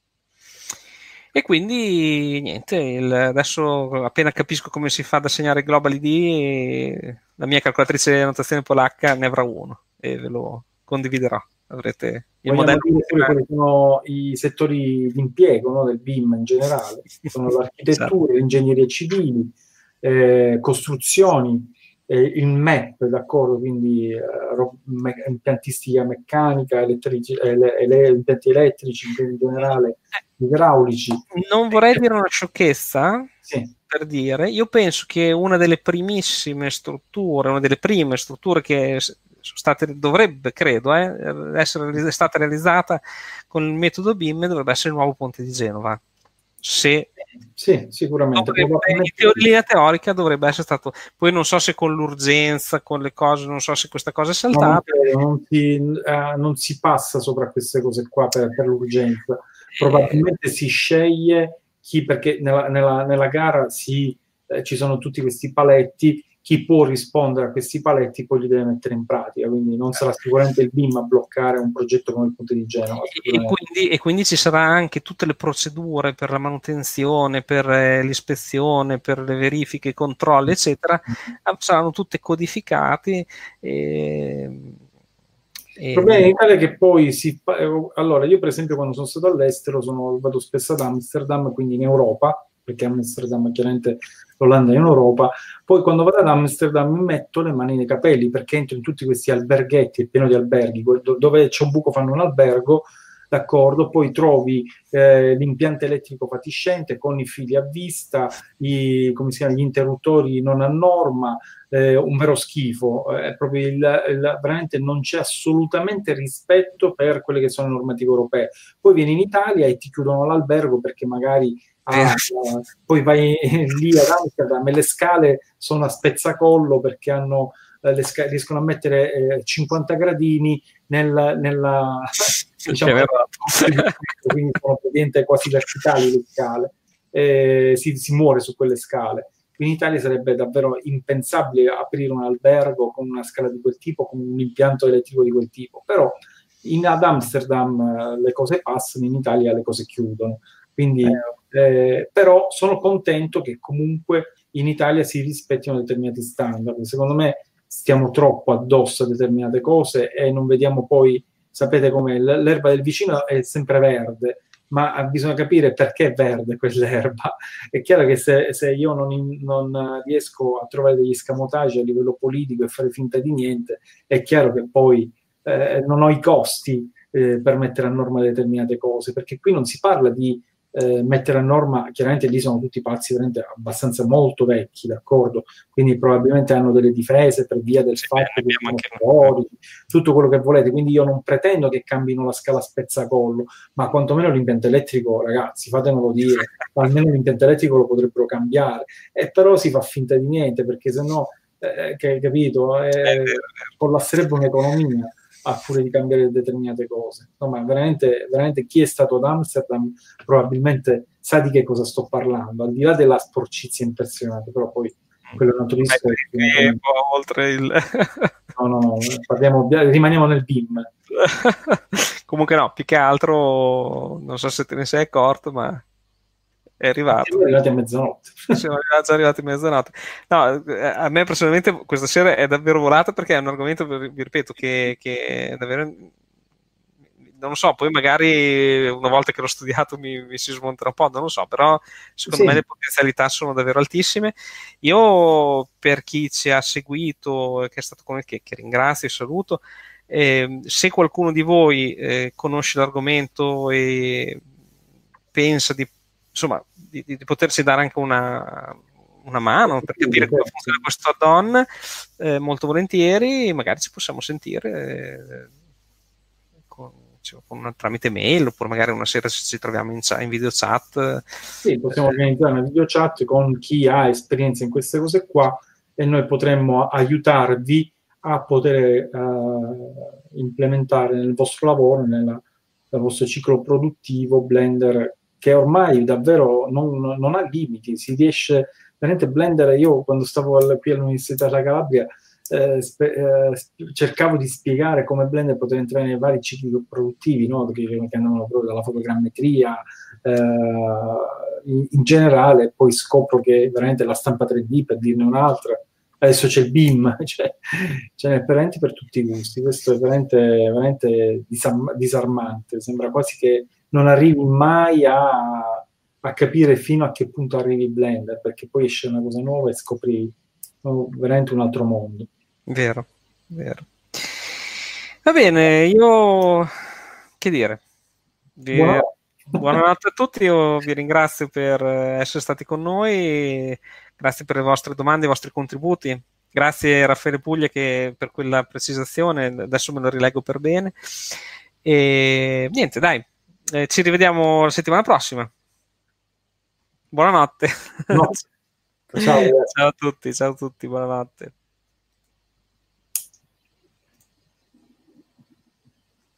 E quindi niente, il, adesso appena capisco come si fa ad assegnare Global I D, la mia calcolatrice di annotazione polacca ne avrà uno e ve lo condividerò. Avrete il Vogliamo modello. dire pure quali sono i settori di impiego, no, del B I M in generale. Sono l'architettura, le ingegnerie civili, eh, costruzioni, eh, il M E P, d'accordo, quindi eh, me- impiantistica meccanica, elettrici, eh, le, le, impianti elettrici in generale, idraulici. Non vorrei dire una sciocchezza, sì. per dire, io penso che una delle primissime strutture, una delle prime strutture che sono state, dovrebbe, credo, eh, essere stata realizzata con il metodo B I M dovrebbe essere il nuovo ponte di Genova. Se sì, sicuramente. Dovrebbe, in teoria teorica dovrebbe essere stato, poi non so se con l'urgenza, con le cose, non so se questa cosa è saltata. No, non, si, eh, non si passa sopra queste cose qua per, per l'urgenza. Probabilmente eh, si sceglie chi, perché nella, nella, nella gara si, eh, ci sono tutti questi paletti, chi può rispondere a questi paletti poi li deve mettere in pratica, quindi non sarà sicuramente il B I M a bloccare un progetto come il Ponte di Genova. E quindi, e quindi ci sarà anche tutte le procedure per la manutenzione, per eh, l'ispezione, per le verifiche, i controlli, eccetera, saranno tutte codificate. E, il problema in Italia è che poi si fa, allora io per esempio quando sono stato all'estero sono, vado spesso ad Amsterdam, quindi in Europa, perché Amsterdam chiaramente l'Olanda è in Europa, poi quando vado ad Amsterdam mi metto le mani nei capelli perché entro in tutti questi alberghetti, è pieno di alberghi, dove c'è un buco fanno un albergo, d'accordo, poi trovi eh, l'impianto elettrico fatiscente con i fili a vista, i, come si chiama, gli interruttori non a norma, eh, un vero schifo, è eh, proprio il, il, veramente non c'è assolutamente rispetto per quelle che sono le normative europee. Poi vieni in Italia e ti chiudono l'albergo perché magari Ah, uh, poi vai lì ad Amsterdam e le scale sono a spezzacollo perché hanno, eh, le scale, riescono a mettere eh, cinquanta gradini nel, nella diciamo, quindi sono praticamente quasi verticali le scale, eh, si, si muore su quelle scale. In Italia sarebbe davvero impensabile aprire un albergo con una scala di quel tipo, con un impianto elettrico di quel tipo, però in, ad Amsterdam eh, le cose passano, in Italia le cose chiudono. Quindi, eh, però sono contento che comunque in Italia si rispettino determinati standard. Secondo me stiamo troppo addosso a determinate cose e non vediamo poi, sapete com'è, l'erba del vicino è sempre verde, ma bisogna capire perché è verde quell'erba. È chiaro che se, se io non, in, non riesco a trovare degli escamotage a livello politico e fare finta di niente, è chiaro che poi eh, non ho i costi eh, per mettere a norma determinate cose, perché qui non si parla di Eh, mettere a norma, chiaramente lì sono tutti pazzi veramente abbastanza molto vecchi, d'accordo? Quindi probabilmente hanno delle difese per via del sì, fatto che sono storici, tutto quello che volete, quindi io non pretendo che cambino la scala spezzacollo, ma quantomeno l'impianto elettrico, ragazzi, fatemelo dire, almeno l'impianto elettrico lo potrebbero cambiare, e però si fa finta di niente, perché sennò eh, che, capito, eh, collasserebbe un'economia a furia di cambiare determinate cose. Insomma, veramente, veramente chi è stato ad Amsterdam probabilmente sa di che cosa sto parlando, al di là della sporcizia impressionante, però poi quello è un altro discorso. Eh, un po' oltre il... no, no, no, parliamo, rimaniamo nel B I M. Comunque no, più che altro, non so se te ne sei accorto, ma è arrivato. Siamo arrivati a mezzanotte. Siamo già arrivati a mezzanotte. No, a me personalmente questa sera è davvero volata perché è un argomento, vi ripeto, che, che è davvero... non lo so, poi magari una volta che l'ho studiato mi, mi si smonterà un po', non lo so, però secondo sì. me le potenzialità sono davvero altissime. Io, per chi ci ha seguito e che è stato con noi, che, che ringrazio e saluto, eh, se qualcuno di voi eh, conosce l'argomento e pensa di, insomma, di, di potersi dare anche una, una mano per capire come funziona questo add-on, eh, molto volentieri, magari ci possiamo sentire eh, con, cioè, con, tramite mail, oppure magari una sera se ci troviamo in, in video chat. Sì, possiamo organizzare una video chat con chi ha esperienza in queste cose qua e noi potremmo aiutarvi a poter uh, implementare nel vostro lavoro, nella, nel vostro ciclo produttivo Blender, che ormai davvero non, non ha limiti, si riesce veramente. Blender, io quando stavo al, qui all'Università della Calabria eh, spe, eh, cercavo di spiegare come Blender poteva entrare nei vari cicli produttivi, no? che, che andavano proprio dalla fotogrammetria eh, in, in generale, poi scopro che veramente la stampa tre D, per dirne un'altra, adesso c'è il B I M, cioè, ce n'è veramente per tutti i gusti. Questo è veramente, veramente disarm- disarmante, sembra quasi che non arrivi mai a, a capire fino a che punto arrivi Blender, perché poi esce una cosa nuova e scopri oh, veramente un altro mondo. Vero, vero. Va bene, io che dire? Vi... Buonanotte. Buonanotte a tutti, io vi ringrazio per essere stati con noi, grazie per le vostre domande, i vostri contributi, grazie a Raffaele Puglia che per quella precisazione, adesso me lo rileggo per bene, e niente, dai, eh, ci rivediamo la settimana prossima. Buonanotte. No. Ciao, ciao a tutti, ciao a tutti, buonanotte.